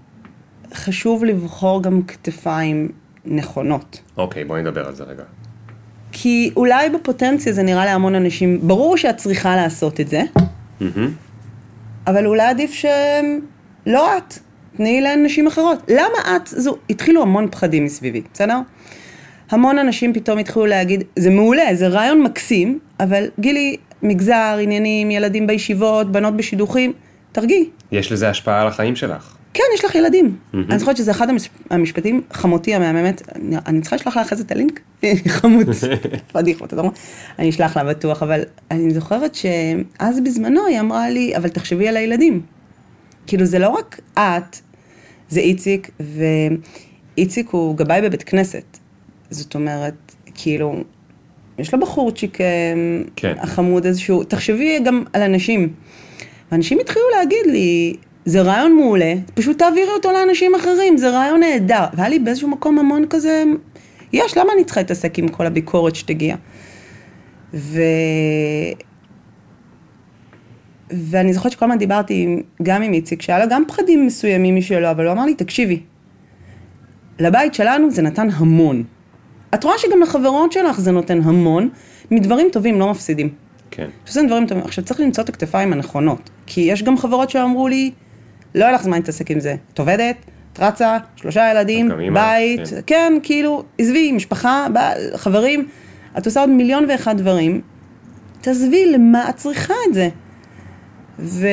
שחשוב לבחור גם כתפיים נכונות. אוקיי, בואי נדבר על זה רגע. כי אולי בפוטנציה זה נראה להמון אנשים, ברור שאת צריכה לעשות את זה, Mm-hmm. אבל אולי עדיף שלא את, תני לאנשים אחרות. למה את? זו, התחילו המון פחדים מסביבי, בסדר? המון אנשים פתאום התחילו להגיד, זה מעולה, זה רעיון מקסים, אבל גילי, מגזר, עניינים, ילדים בישיבות, בנות בשידוכים, תרגי. יש לזה השפעה על החיים שלך. כן, יש לך ילדים. Mm-hmm. אני זוכרת שזה אחד המשפטים, חמותי המהממת, אני, אני צריכה לשלוח לה אחרי זה את הלינק? חמוד, פדיחות, אתה אומר, אני אשלח לה בטוח, אבל אני זוכרת שאז בזמנו היא אמרה לי, אבל תחשבי על הילדים. כאילו זה לא רק את, זה איציק, ואיציק הוא גבאי בבית כנסת. זאת אומרת, כאילו, יש לו בחורצ'יק כן. החמוד איזשהו, תחשבי גם על אנשים. ואנשים התחילו להגיד לי, זה רעיון מעולה, פשוט תעבירי אותו לאנשים אחרים, זה רעיון נהדר. והיה לי באיזשהו מקום המון כזה, יש, למה אני צריכה להתעסק עם כל הביקורת שתגיע? ו... ואני זוכרת שכל הזמן דיברתי גם עם איציק, שהיה לו גם פחדים מסוימים משלו, אבל הוא אמר לי, תקשיבי, לבית שלנו זה נתן המון. את רואה שגם לחברות שלך זה נותן המון, מדברים טובים לא מפסידים. כן. שעושים דברים טובים. עכשיו צריך למצוא את הכתפיים הנכונות, כי יש גם חברות שאמרו לי, לא היה לך זמן להתעסק עם זה. את עובדת, את רצה, שלושה ילדים, בית, כן. כן, כאילו, עזבי, משפחה, חברים, את עושה עוד מיליון ואחד דברים, תעזבי, למה את צריכה את זה? ו...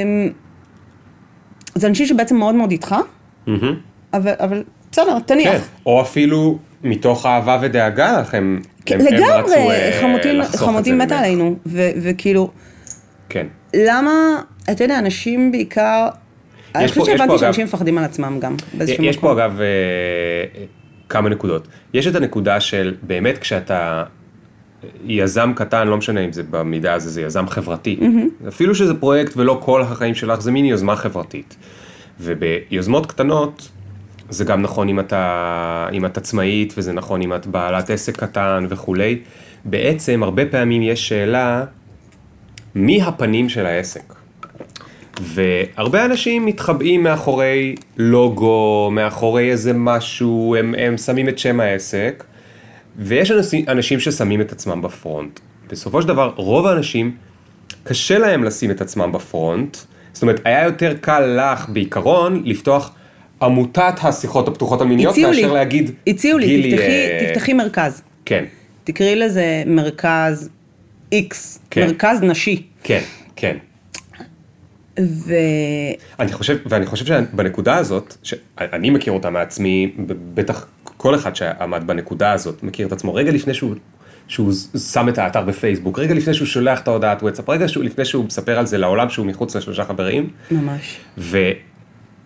זה אנשים שבעצם מאוד מאוד איתך, mm-hmm. אבל, אבל בסדר, תניח. כן, או אפילו מתוך אהבה ודאגה לך, הם, הם, לגמרי, הם רצו חמותים, לחסוך חמותים את זה מתה עלינו, ו- וכאילו, כן. למה, אתה יודע, אנשים בעיקר, אני חושבת שהבנתי שאנשים מפחדים על עצמם גם, באיזשהו יש מקום. פה אגב כמה נקודות. יש את הנקודה של באמת כשאתה יזם קטן, לא משנה אם זה במידה הזה, זה יזם חברתי. Mm-hmm. אפילו שזה פרויקט ולא כל החיים שלך, זה מיני יוזמה חברתית. וביוזמות קטנות, זה גם נכון אם אתה, אם את עצמאית, וזה נכון אם את בעלת עסק קטן וכולי. בעצם, הרבה פעמים יש שאלה, מי הפנים של העסק? והרבה אנשים מתחבאים מאחורי לוגו, מאחורי איזה משהו, הם, הם שמים את שם העסק, ויש אנשים, אנשים ששמים את עצמם בפרונט. בסופו של דבר, רוב האנשים, קשה להם לשים את עצמם בפרונט, זאת אומרת, היה יותר קל לך בעיקרון לפתוח עמותת השיחות הפתוחות המיניות, כאשר להגיד, הציעו לי, תפתחי, תפתחי מרכז. כן. תקראי לזה מרכז X, מרכז נשי. כן, כן. ו... אני חושב, ואני חושב שבנקודה הזאת, שאני מכיר אותה מעצמי, בטח כל אחד שעמד בנקודה הזאת, מכיר את עצמו, רגע לפני שהוא, שהוא שם את האתר בפייסבוק, רגע לפני שהוא שולח את ההודעת וואטסאפ, רגע לפני שהוא מספר על זה לעולם שהוא מחוץ לשלושה חברים. ממש. ו...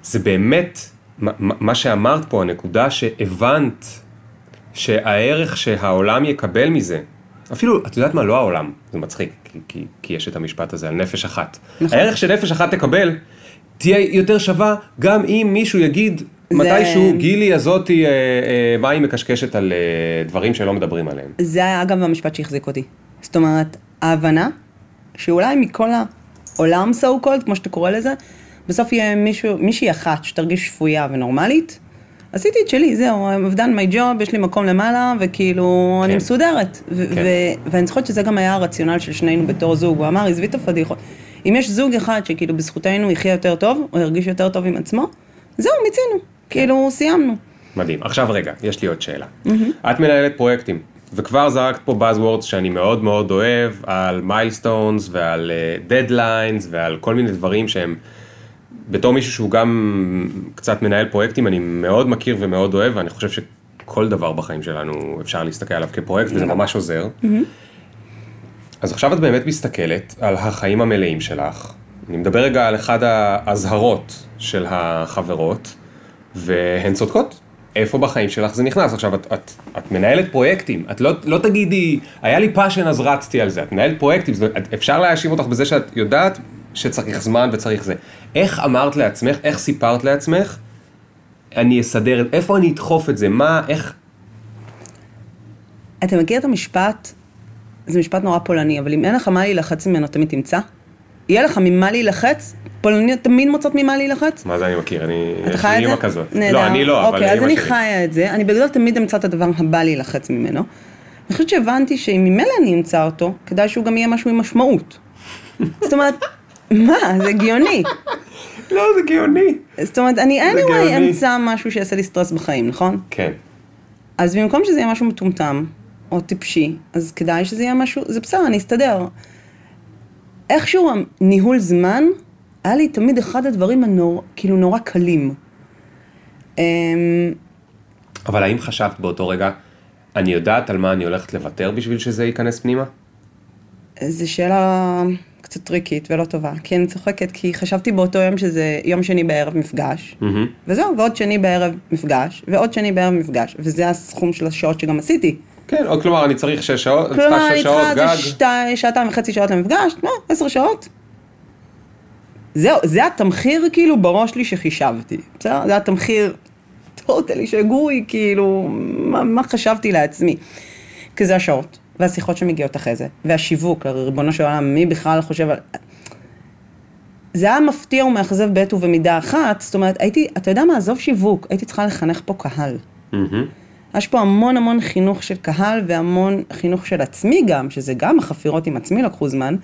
זה באמת, מה שאמרת פה, הנקודה שהבנת שהערך שהעולם יקבל מזה, אפילו, את יודעת מה, לא העולם, זה מצחיק, כי, כי, כי יש את המשפט הזה על נפש אחת. נכון. הערך שנפש אחת תקבל, תהיה יותר שווה, גם אם מישהו יגיד, זה... מתישהו גילי הזאתי, אה, אה, מה היא מקשקשת על אה, דברים שלא מדברים עליהם. זה היה אגב המשפט שהחזיק אותי. זאת אומרת, ההבנה, שאולי מכל העולם so called, כמו שאתה קורא לזה, בסוף יהיה מישהו, מישהי אחת שתרגיש שפויה ונורמלית, עשיתי את שלי, זהו, I've done my job, יש לי מקום למעלה, וכאילו, כן. אני מסודרת. ו- כן. ו- ואני זוכרת שזה גם היה הרציונל של שנינו בתור זוג, הוא אמר, עזבי את הפדיחות. אם יש זוג אחד שכאילו בזכותנו יחיה יותר טוב, או ירגיש יותר טוב עם עצמו, זהו, מיצינו, כן. כאילו, סיימנו. מדהים. עכשיו רגע, יש לי עוד שאלה. Mm-hmm. את מנהלת פרויקטים, וכבר זרקת פה buzzwords שאני מאוד מאוד אוהב, על מיילסטונס ועל דדליינס ועל כל מיני דברים שהם, בתור מישהו שהוא גם קצת מנהל פרויקטים, אני מאוד מכיר ומאוד אוהב, ואני חושב שכל דבר בחיים שלנו אפשר להסתכל עליו כפרויקט, וזה ממש עוזר. אז עכשיו את באמת מסתכלת על החיים המלאים שלך. אני מדבר רגע על אחד ההזהרות של החברות, והן צודקות. איפה בחיים שלך זה נכנס? עכשיו, את, את, את מנהלת פרויקטים, את לא, לא תגידי, היה לי פאשן אז רצתי על זה, את מנהלת פרויקטים, אפשר להאשים אותך בזה שאת יודעת שצריך זמן וצריך זה. איך אמרת לעצמך, איך סיפרת לעצמך, אני אסדר, איפה אני אדחוף את זה, מה, איך... אתה מכיר את המשפט, זה משפט נורא פולני, אבל אם אין לך מה להילחץ ממנו, תמיד תמצא. יהיה לך ממה להילחץ, פולניות תמיד מוצאות ממה להילחץ. מה זה אני מכיר? אני... אתה חי את זה? כזאת. נהדר. לא, אני לא, אבל... אוקיי, אז אני חיה את זה. אני בגדול תמיד אמצא את הדבר הבא להילחץ ממנו. אני חושבת שהבנתי שאם ממילא אני אמצא אותו, כדאי שהוא גם יהיה משהו עם משמעות. זאת אומרת, מה? זה הגיוני. לא, זה גאוני. זאת אומרת, אני anyway אמצא משהו שיעשה לי סטרס בחיים, נכון? כן. אז במקום שזה יהיה משהו מטומטם, או טיפשי, אז כדאי שזה יהיה משהו, זה בסדר, אני אסתדר. איכשהו ניהול זמן, היה לי תמיד אחד הדברים הנור, כאילו נורא קלים. אבל האם חשבת באותו רגע, אני יודעת על מה אני הולכת לוותר בשביל שזה ייכנס פנימה? זו שאלה קצת טריקית ולא טובה, כי אני צוחקת, כי חשבתי באותו יום שזה יום שני בערב מפגש, mm-hmm. וזהו, ועוד שני בערב מפגש, ועוד שני בערב מפגש, וזה הסכום של השעות שגם עשיתי. כן, או כלומר, אני צריך שש שעות, כלומר, אני צריכה שתי, שעתיים וחצי שעות למפגש, לא, עשר שעות. זהו, זה התמחיר כאילו בראש לי שחישבתי, בסדר? זה התמחיר טוטלי שגוי, כאילו, מה, מה חשבתי לעצמי? כי זה השעות, והשיחות שמגיעות אחרי זה, והשיווק, לריבונו של עולם, מי בכלל חושב על... זה היה מפתיע ומאכזב בעת ובמידה אחת, זאת אומרת, הייתי, אתה יודע מה, עזוב שיווק, הייתי צריכה לחנך פה קהל. Mm-hmm. יש פה המון המון חינוך של קהל, והמון חינוך של עצמי גם, שזה גם החפירות עם עצמי לקחו זמן.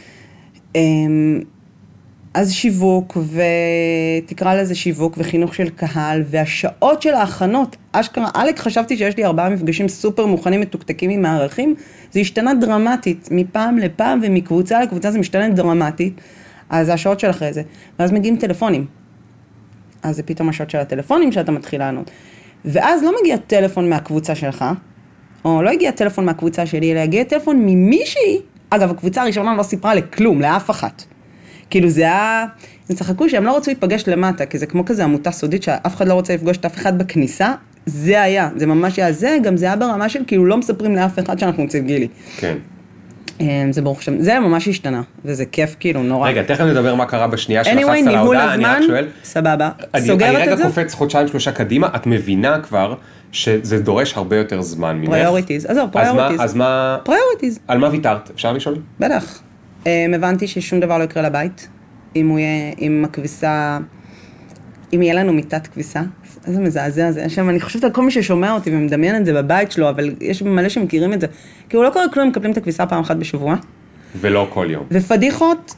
אז שיווק, ותקרא לזה שיווק, וחינוך של קהל, והשעות של ההכנות, אשכרה, אלק חשבתי שיש לי ארבעה מפגשים סופר מוכנים, מתוקתקים עם מערכים, זה השתנה דרמטית, מפעם לפעם, ומקבוצה לקבוצה זה משתנה דרמטית, אז זה השעות של אחרי זה, ואז מגיעים טלפונים. אז זה פתאום השעות של הטלפונים שאתה מתחיל לענות. ואז לא מגיע טלפון מהקבוצה שלך, או לא הגיע טלפון מהקבוצה שלי, אלא הגיע טלפון ממישהי, אגב, הקבוצה הראשונה לא סיפרה לכלום, לאף אחת. כאילו זה היה, הם צחקו שהם לא רצו להיפגש למטה, כי זה כמו כזה עמותה סודית שאף אחד לא רוצה לפגוש את אף אחד בכניסה, זה היה, זה ממש היה זה, גם זה היה ברמה של כאילו לא מספרים לאף אחד שאנחנו נציב גילי. כן. זה ברוך שם, זה ממש השתנה, וזה כיף כאילו נורא. רגע, תכף נדבר מה קרה בשנייה שלחצת על ההודעה, אני רק שואל. סבבה, סוגרת את זה? אני רגע קופץ חודשיים שלושה קדימה, את מבינה כבר שזה דורש הרבה יותר זמן ממך. פריוריטיז, עזוב, פריוריטיז. אז מה... פריוריטיז. על מה ויתרת? אפשר לשאול? בטח. הבנתי ששום דבר לא יקרה לבית, אם הוא יהיה, אם הכביסה, אם יהיה לנו מיטת כביסה, איזה מזעזע זה. שם אני חושבת על כל מי ששומע אותי ומדמיין את זה בבית שלו, אבל יש מלא שמכירים את זה. כי הוא לא קורה כלום, מקבלים את הכביסה פעם אחת בשבוע. ולא כל יום. ופדיחות,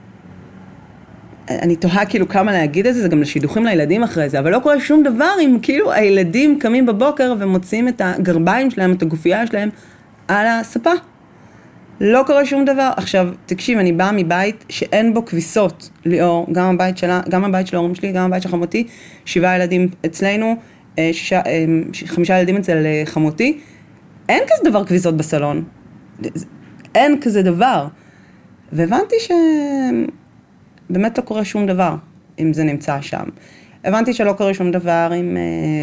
אני תוהה כאילו כמה להגיד את זה, זה גם לשידוכים לילדים אחרי זה, אבל לא קורה שום דבר אם כאילו הילדים קמים בבוקר ומוצאים את הגרביים שלהם, את הגופייה שלהם, על הספה. לא קורה שום דבר. עכשיו, תקשיב, אני באה מבית שאין בו כביסות, ליאור, גם הבית שלה, גם הבית של ההורים שלי, גם הבית של חמותי, שבעה ילדים אצלנו, שישה, חמישה ילדים אצל חמותי, אין כזה דבר כביסות בסלון. אין כזה דבר. והבנתי שבאמת לא קורה שום דבר, אם זה נמצא שם. הבנתי שלא קורה שום דבר עם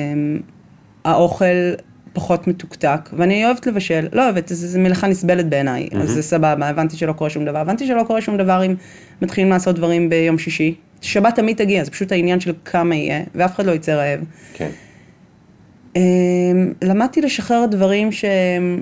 אה, האוכל פחות מתוקתק, ואני אוהבת לבשל, לא אוהבת, זו מלאכה נסבלת בעיניי, mm-hmm. אז זה סבבה, הבנתי שלא קורה שום דבר, הבנתי שלא קורה שום דבר אם מתחילים לעשות דברים ביום שישי, שבת תמיד תגיע, זה פשוט העניין של כמה יהיה, ואף אחד לא יצא רעב. כן. אה, למדתי לשחרר דברים ש...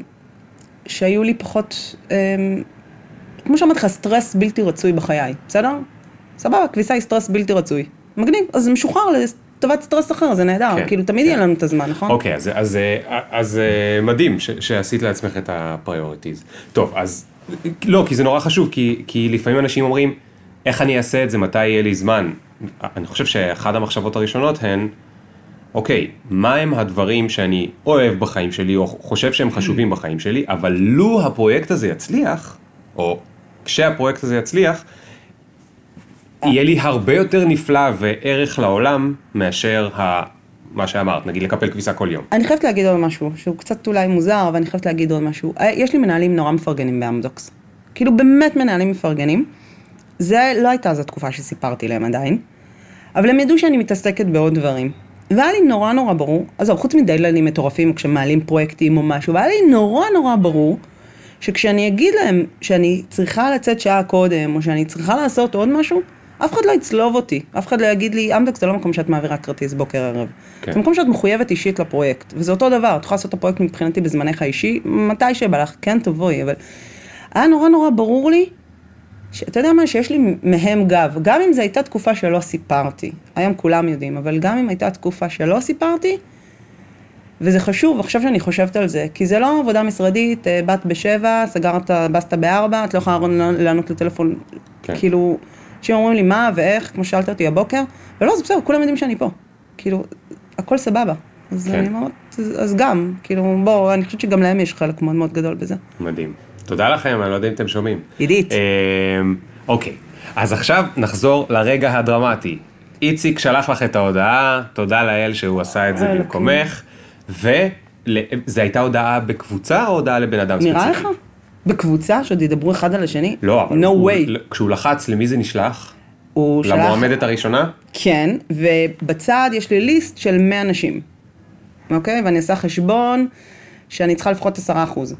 שהיו לי פחות, אה, כמו שאמרת לך, סטרס בלתי רצוי בחיי, בסדר? סבבה, כביסה היא סטרס בלתי רצוי. מגניב, אז זה משוחרר לטובת סטרס אחר, זה נהדר, כן, כאילו תמיד כן. יהיה לנו את הזמן, נכון? אוקיי, אז, אז, אז, אז מדהים ש, שעשית לעצמך את הפריוריטיז. טוב, אז לא, כי זה נורא חשוב, כי, כי לפעמים אנשים אומרים, איך אני אעשה את זה, מתי יהיה לי זמן? אני חושב שאחד המחשבות הראשונות הן, אוקיי, מה הם הדברים שאני אוהב בחיים שלי, או חושב שהם חשובים בחיים שלי, אבל לו הפרויקט הזה יצליח, או כשהפרויקט הזה יצליח, יהיה לי הרבה יותר נפלא וערך לעולם מאשר ה... מה שאמרת, נגיד לקפל כביסה כל יום. אני חייבת להגיד עוד משהו, שהוא קצת אולי מוזר, אבל אני חייבת להגיד עוד משהו. יש לי מנהלים נורא מפרגנים באמדוקס. כאילו באמת מנהלים מפרגנים. זה לא הייתה זו תקופה שסיפרתי להם עדיין, אבל הם ידעו שאני מתעסקת בעוד דברים. והיה לי נורא נורא ברור, אז חוץ מדיידלינים מטורפים כשמעלים פרויקטים או משהו, והיה לי נורא נורא ברור, שכשאני אגיד להם שאני צריכה לצאת שעה קודם, או שאני צריכה לעשות עוד משהו, אף אחד לא יצלוב אותי, אף אחד לא יגיד לי, אמדוקס זה לא מקום שאת מעבירה כרטיס בוקר ערב. כן. זה מקום שאת מחויבת אישית לפרויקט, וזה אותו דבר, את יכולה לעשות את הפרויקט מבחינתי בזמנך האישי, מתי שבא לך, כן תבואי, אבל היה נורא נורא ברור לי, שאתה יודע מה, שיש לי מהם גב, גם אם זו הייתה תקופה שלא סיפרתי, היום כולם יודעים, אבל גם אם הייתה תקופה שלא סיפרתי, וזה חשוב, עכשיו שאני חושבת על זה, כי זה לא עבודה משרדית, בת בשבע, סגרת בסטה בארבע, את לא יכולה לענות לטלפון, כן. כאילו, שאומרים לי מה ואיך, כמו שאלת אותי הבוקר, ולא, זה בסדר, כולם יודעים שאני פה, כאילו, הכל סבבה, אז כן. אני אומרת, אז גם, כאילו, בוא, אני חושבת שגם להם יש חלק מאוד מאוד גדול בזה. מדהים. תודה לכם, אני לא יודע אם אתם שומעים. עידית. אוקיי, אז עכשיו נחזור לרגע הדרמטי. איציק שלח לך את ההודעה, תודה לאל שהוא עשה את זה במקומך, וזה הייתה הודעה בקבוצה או הודעה לבן אדם ספציפי? נראה לך? בקבוצה, שעוד ידברו אחד על השני? לא, אבל no הוא, way. כשהוא לחץ, למי זה נשלח? הוא שלח... למועמדת הראשונה? כן, ובצד יש לי ליסט של מאה אנשים. אוקיי? ואני אעשה חשבון שאני צריכה לפחות עשרה אחוז.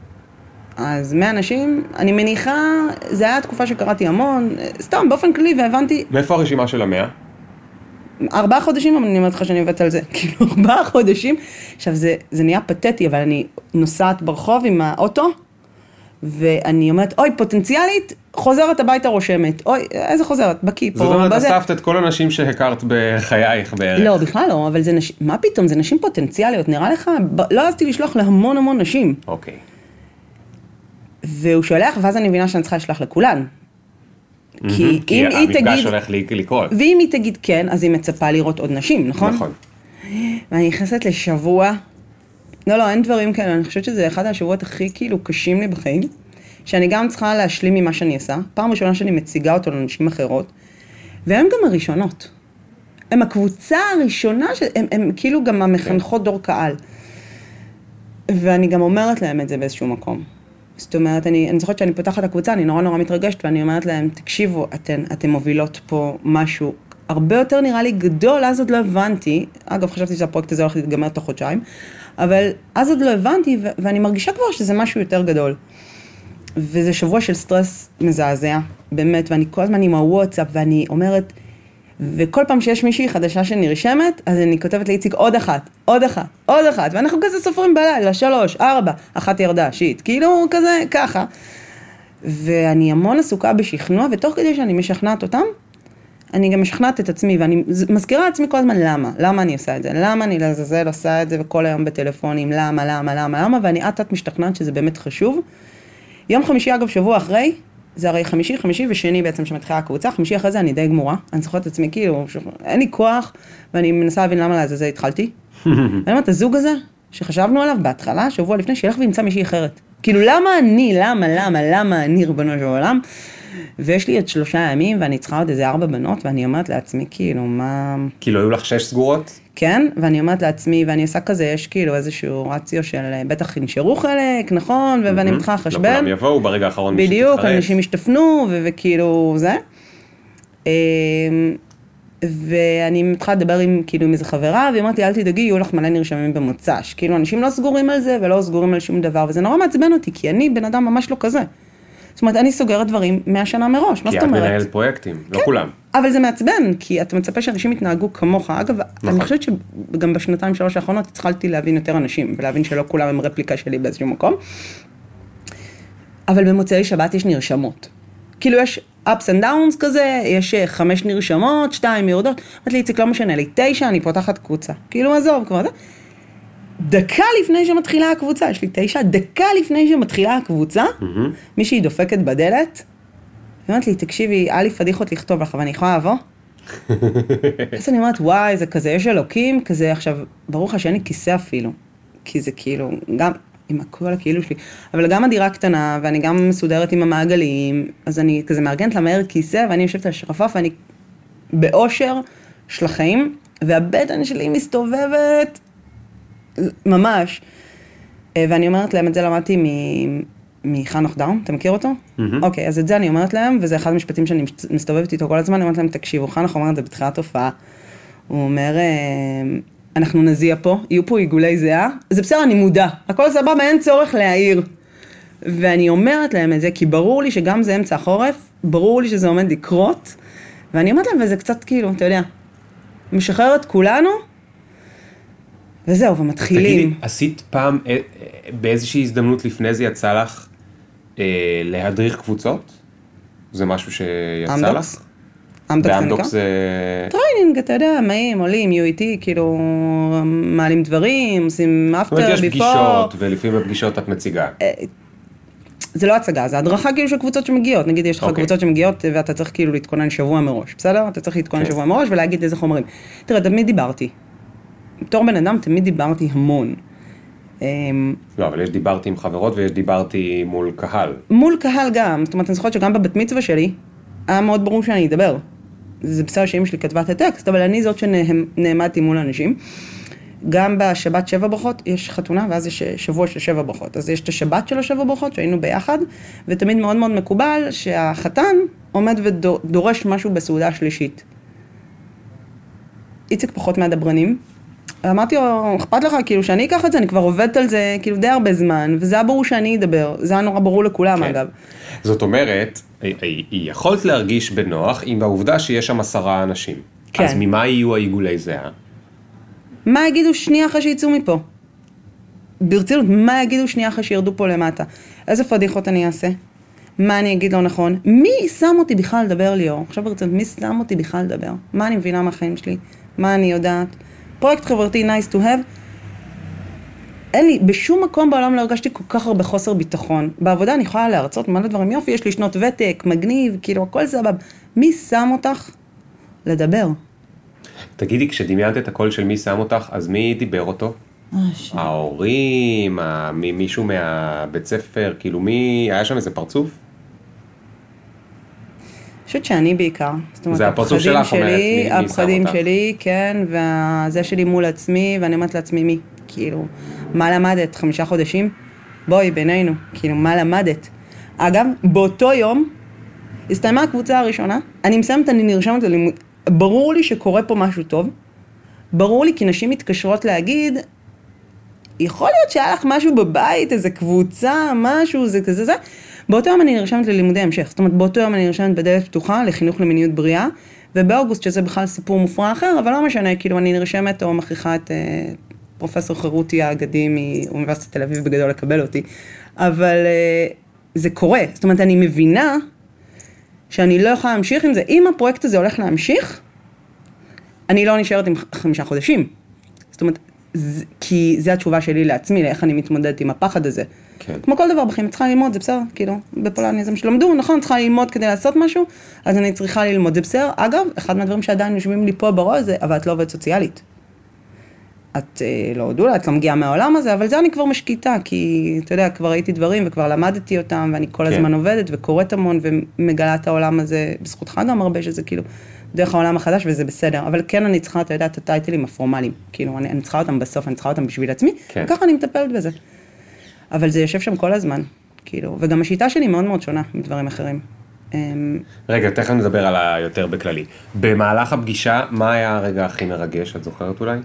אז מאה אנשים, אני מניחה, זה היה תקופה שקראתי המון, סתם, באופן כללי, והבנתי... מאיפה הרשימה של המאה? ארבעה חודשים, אבל אני אומרת לך שאני עובדת על זה. כאילו, ארבעה חודשים. עכשיו, זה, זה נהיה פתטי, אבל אני נוסעת ברחוב עם האוטו, ואני אומרת, אוי, פוטנציאלית, חוזרת הביתה רושמת. אוי, איזה חוזרת? בקיפ. זאת אומרת, אספת את כל הנשים שהכרת בחייך בערך. לא, בכלל לא, אבל זה נשים, מה פתאום? זה נשים פוטנציאליות, נראה לך? לא עזתי לשלוח להמון המון נשים. אוקיי. והוא שולח, ואז אני מבינה שאני צריכה לשלוח לכולן. כי אם היא תגיד... המפגש הולך לקרות. ואם היא תגיד כן, אז היא מצפה לראות עוד נשים, נכון? נכון. ואני נכנסת לשבוע, לא, לא, אין דברים כאלה, אני חושבת שזה אחד השבועות הכי כאילו קשים לי בחיים, שאני גם צריכה להשלים ממה שאני עושה, פעם ראשונה שאני מציגה אותו לנשים אחרות, והן גם הראשונות. הן הקבוצה הראשונה, הן, הן כאילו גם המחנכות דור קהל. ואני גם אומרת להם את זה באיזשהו מקום. זאת אומרת, אני, אני זוכרת שאני פותחת את הקבוצה, אני נורא נורא מתרגשת, ואני אומרת להם, תקשיבו, אתן, אתן מובילות פה משהו הרבה יותר נראה לי גדול, אז עוד לא הבנתי, אגב, חשבתי שהפרויקט הזה הולך להתגמר תוך חודשיים, אבל אז עוד לא הבנתי, ו- ואני מרגישה כבר שזה משהו יותר גדול. וזה שבוע של סטרס מזעזע, באמת, ואני כל הזמן עם הוואטסאפ, ואני אומרת, וכל פעם שיש מישהי חדשה שנרשמת, אז אני כותבת לאיציק עוד אחת, עוד אחת, עוד אחת, ואנחנו כזה סופרים בלילה, שלוש, ארבע, אחת ירדה, שיט, כאילו כזה, ככה. ואני המון עסוקה בשכנוע, ותוך כדי שאני משכנעת אותם, אני גם משכנעת את עצמי, ואני מזכירה לעצמי כל הזמן למה, למה אני עושה את זה, למה אני לעזאזל עושה את זה, וכל היום בטלפונים, למה, למה, למה, למה, ואני עד-עד משתכנעת שזה באמת חשוב. יום חמישי, אגב, שבוע אחרי, זה הרי חמישי, חמישי ושני בעצם שמתחילה הקבוצה, חמישי אחרי זה אני די גמורה, אני זוכרת את עצמי, כאילו, אין לי כוח, ואני מנסה להבין למה לזה התחלתי. אני אומרת, הזוג הזה, שחשבנו עליו בהתחלה, שבוע לפני, שילך וימצא מישהי אחרת. כאילו, למה אני, למה, למה, למה אני ריבונו של עולם? ויש לי עוד שלושה ימים, ואני צריכה עוד איזה ארבע בנות, ואני אומרת לעצמי, כאילו, מה... כאילו, היו לך שש סגורות? כן, ואני אומרת לעצמי, ואני עושה כזה, יש כאילו איזשהו רציו של, בטח ינשרו חלק, נכון, ואני מתחילה לחשבן. לא כולם יבואו ברגע האחרון מי שתתחרט. בדיוק, אנשים ישתפנו, וכאילו, זה. ואני מתחילה לדבר עם, כאילו, עם איזה חברה, והיא אמרת לי, אל תדאגי, יהיו לך מלא נרשמים במוצ"ש. כאילו, אנשים לא סגורים על זה, ולא סגורים על שום דבר, וזה נורא מעצבן אותי, כי אני בן אדם ממש לא כזה. זאת אומרת, אני סוגרת דברים מהשנה מראש, מה זאת אומרת? כי את מנהלת פרויקטים, לא כולם. אבל זה מעצבן, כי אתה מצפה שאנשים יתנהגו כמוך. אגב, אני חושבת שגם בשנתיים שלוש האחרונות התחלתי להבין יותר אנשים, ולהבין שלא כולם הם רפליקה שלי באיזשהו מקום. אבל במוצאי שבת יש נרשמות. כאילו יש ups and downs כזה, יש חמש נרשמות, שתיים יורדות. אמרתי לי, איציק, לא משנה לי, תשע, אני פותחת קבוצה. כאילו, עזוב, כבר זה. דקה לפני שמתחילה הקבוצה, יש לי תשע, דקה לפני שמתחילה הקבוצה, מישהי דופקת בדלת, ואומרת לי, תקשיבי, היה לי פדיחות לכתוב לך, ואני יכולה לבוא? אז אני אומרת, וואי, זה כזה, יש אלוקים, כזה, עכשיו, ברור לך שאין לי כיסא אפילו, כי זה כאילו, גם, עם הכל הכאילו שלי, אבל גם הדירה קטנה, ואני גם מסודרת עם המעגלים, אז אני כזה מארגנת לה מהר כיסא, ואני יושבת על שרפף, ואני באושר של החיים, והבטן שלי מסתובבת, ממש. ואני אומרת להם, את זה למדתי מחנוך דאום, אתה מכיר אותו? אוקיי, אז את זה אני אומרת להם, וזה אחד המשפטים שאני מסתובבת איתו כל הזמן, אני אומרת להם, תקשיבו, חנוך אומר את זה בתחילת הופעה, הוא אומר, אנחנו נזיע פה, יהיו פה עיגולי זהה, זה בסדר, אני מודע, הכל סבבה, אין צורך להעיר. ואני אומרת להם את זה, כי ברור לי שגם זה אמצע החורף, ברור לי שזה עומד לקרות, ואני אומרת להם, וזה קצת כאילו, אתה יודע, משחרר את כולנו, וזהו, ומתחילים. תגידי, עשית פעם, באיזושהי הזדמנות לפני זה יצא לך אה, להדריך קבוצות? זה משהו שיצא אמדוקס. לך? אמדוקס. באמדוקס זה... טריינינג, אתה יודע, מאים, עולים, יו איי טי, כאילו, מעלים דברים, עושים אפטר, ביפור. זאת אומרת, יש פגישות, ולפעמים בפגישות את מציגה. זה לא הצגה, זה הדרכה כאילו של קבוצות שמגיעות. נגיד, יש לך okay. קבוצות שמגיעות, ואתה צריך כאילו להתכונן שבוע מראש, בסדר? אתה צריך להתכונן okay. שבוע מראש ולהגיד איזה חומרים. תראה, תמיד דיברתי. בתור בן אדם, תמיד דיברתי המון. לא, אבל יש דיברתי עם חברות ויש דיברתי מול קהל. מול קהל גם. זאת אומרת, אני זוכרת שגם בבת מצווה שלי, היה מאוד ברור שאני אדבר. זה בסדר שאמא שלי כתבה את הטקסט, אבל אני זאת שנעמדתי מול אנשים. גם בשבת שבע ברכות יש חתונה, ואז יש שבוע של שבע ברכות. אז יש את השבת של השבע ברכות, שהיינו ביחד, ותמיד מאוד מאוד מקובל שהחתן עומד ודורש משהו בסעודה שלישית. איציק פחות מהדברנים. אמרתי לו, אכפת לך, כאילו, שאני אקח את זה, אני כבר עובדת על זה, כאילו, די הרבה זמן, וזה היה ברור שאני אדבר. זה היה נורא ברור לכולם, כן. אגב. זאת אומרת, היא יכולת להרגיש בנוח עם העובדה שיש שם עשרה אנשים. כן. אז ממה יהיו העיגולי זהה? מה יגידו שנייה אחרי שיצאו מפה? ברצינות, מה יגידו שנייה אחרי שירדו פה למטה? איזה פדיחות אני אעשה? מה אני אגיד לא נכון? מי שם אותי בכלל לדבר, ליאור? עכשיו ברצינות, מי שם אותי בכלל לדבר? מה אני מבינה מהחיים שלי? מה אני יודעת? פרויקט חברתי nice to have. אין לי, בשום מקום בעולם לא הרגשתי כל כך הרבה חוסר ביטחון. בעבודה אני יכולה להרצות מלא דברים, יופי, יש לי שנות ותק, מגניב, כאילו, הכל סבב. מי שם אותך לדבר? תגידי, כשדמיינת את הקול של מי שם אותך, אז מי דיבר אותו? ההורים, מישהו מהבית ספר, כאילו מי, היה שם איזה פרצוף? אני חושבת שאני בעיקר. זה הפרצוף שלך, אומרת, מי שם אותך? הפחדים שלי, כן, וזה שלי מול עצמי, ואני אומרת לעצמי מי, כאילו, מה למדת? חמישה חודשים? בואי, בינינו, כאילו, מה למדת? אגב, באותו יום, הסתיימה הקבוצה הראשונה, אני מסיימת, אני נרשמת ללימוד, ברור לי שקורה פה משהו טוב, ברור לי כי נשים מתקשרות להגיד, יכול להיות שהיה לך משהו בבית, איזה קבוצה, משהו, זה כזה זה, באותו יום אני נרשמת ללימודי המשך, זאת אומרת, באותו יום אני נרשמת בדלת פתוחה לחינוך למיניות בריאה, ובאוגוסט שזה בכלל סיפור מופרע אחר, אבל לא משנה, כאילו אני נרשמת או מכריחה את אה, פרופסור חירותי האגדי מאוניברסיטת תל אביב בגדול לקבל אותי, אבל אה, זה קורה, זאת אומרת, אני מבינה שאני לא יכולה להמשיך עם זה, אם הפרויקט הזה הולך להמשיך, אני לא נשארת עם חמישה חודשים, זאת אומרת, זה, כי זו התשובה שלי לעצמי, לאיך אני מתמודדת עם הפחד הזה. כן. כמו כל דבר בחיים, צריכה ללמוד, זה בסדר, כאילו, בפולניה זה מה שלמדו, נכון, צריכה ללמוד כדי לעשות משהו, אז אני צריכה ללמוד, זה בסדר. אגב, אחד מהדברים שעדיין יושבים לי פה בראש זה, אבל את לא עובדת סוציאלית. את אה, לא הודו לה, את לא מגיעה מהעולם הזה, אבל זה אני כבר משקיטה, כי, אתה יודע, כבר ראיתי דברים וכבר למדתי אותם, ואני כל הזמן עובדת וקוראת המון, ומגלה את העולם הזה, בזכותך גם הרבה שזה כאילו, דרך העולם החדש, וזה בסדר. אבל כן אני צריכה, אתה יודע, את הטייטלים הפורמליים. כאילו, אני, אני צריכה אותם בסוף, אני צריכה אותם בשביל עצמי, כן. וככה אני מטפלת בזה. אבל זה יושב שם כל הזמן, כאילו, וגם השיטה שלי מאוד מאוד שונה מדברים אחרים. רגע, תכף נדבר על היותר בכללי. במהלך הפגישה, מה היה הרגע הכי מרגש? את זוכרת אולי?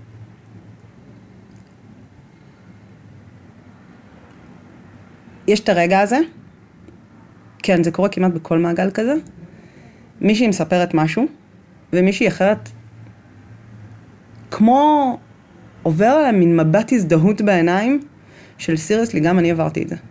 יש את הרגע הזה, כן, זה קורה כמעט בכל מעגל כזה, מישהי מספרת משהו, ומישהי אחרת, כמו עובר עליהם מין מבט הזדהות בעיניים, של סיריוסלי, גם אני עברתי את זה.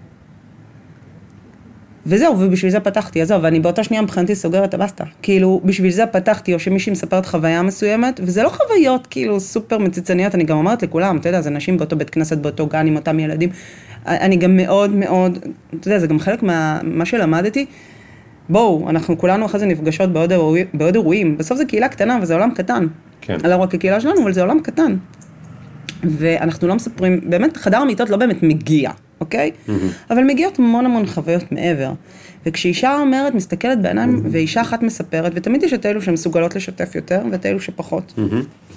וזהו, ובשביל זה פתחתי, עזוב, ואני באותה שנייה מבחינתי סוגרת את הבסטה. כאילו, בשביל זה פתחתי, או שמישהי מספרת חוויה מסוימת, וזה לא חוויות כאילו סופר מציצניות, אני גם אומרת לכולם, אתה יודע, זה נשים באותו בית כנסת, באותו גן עם אותם ילדים. אני גם מאוד מאוד, אתה יודע, זה גם חלק מה, מה שלמדתי. בואו, אנחנו כולנו אחרי זה נפגשות בעוד, אירוע, בעוד אירועים. בסוף זה קהילה קטנה, וזה עולם קטן. כן. לא רק הקהילה שלנו, אבל זה עולם קטן. ואנחנו לא מספרים, באמת, חדר המיטות לא באמת מגיע. אוקיי? Mm-hmm. אבל מגיעות המון המון חוויות מעבר. וכשאישה אומרת, מסתכלת בעיניים, mm-hmm. ואישה אחת מספרת, ותמיד יש את אלו שמסוגלות לשתף יותר, ואת אלו שפחות. Mm-hmm.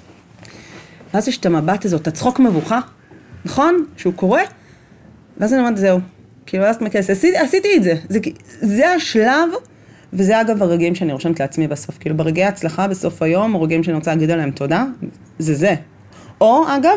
ואז יש את המבט הזאת, הצחוק מבוכה, נכון? שהוא קורה, ואז אני אומרת, זהו. כאילו, אז את מכנס, עשיתי, עשיתי את זה. זה. זה השלב, וזה אגב הרגעים שאני רושמת לעצמי בסוף. כאילו, ברגעי ההצלחה בסוף היום, הרגעים שאני רוצה להגיד עליהם תודה, זה זה. או, אגב,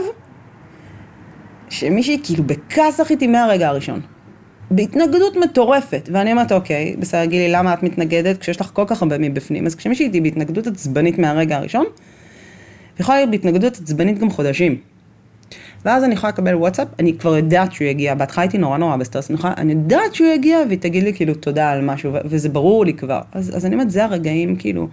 שמישהי כאילו בכסח איתי מהרגע הראשון. בהתנגדות מטורפת. ואני אומרת, אוקיי, בסדר, גילי, למה את מתנגדת כשיש לך כל כך הרבה מבפנים? אז כשמישהי איתי בהתנגדות עצבנית מהרגע הראשון, יכולה להיות בהתנגדות עצבנית גם חודשים. ואז אני יכולה לקבל וואטסאפ, אני כבר יודעת שהוא יגיע, בהתחלה הייתי נורא נורא בסטרס, אני יודעת שהוא יגיע, והיא תגיד לי כאילו תודה על משהו, וזה ברור לי כבר. אז, אז אני אומרת, זה הרגעים כאילו,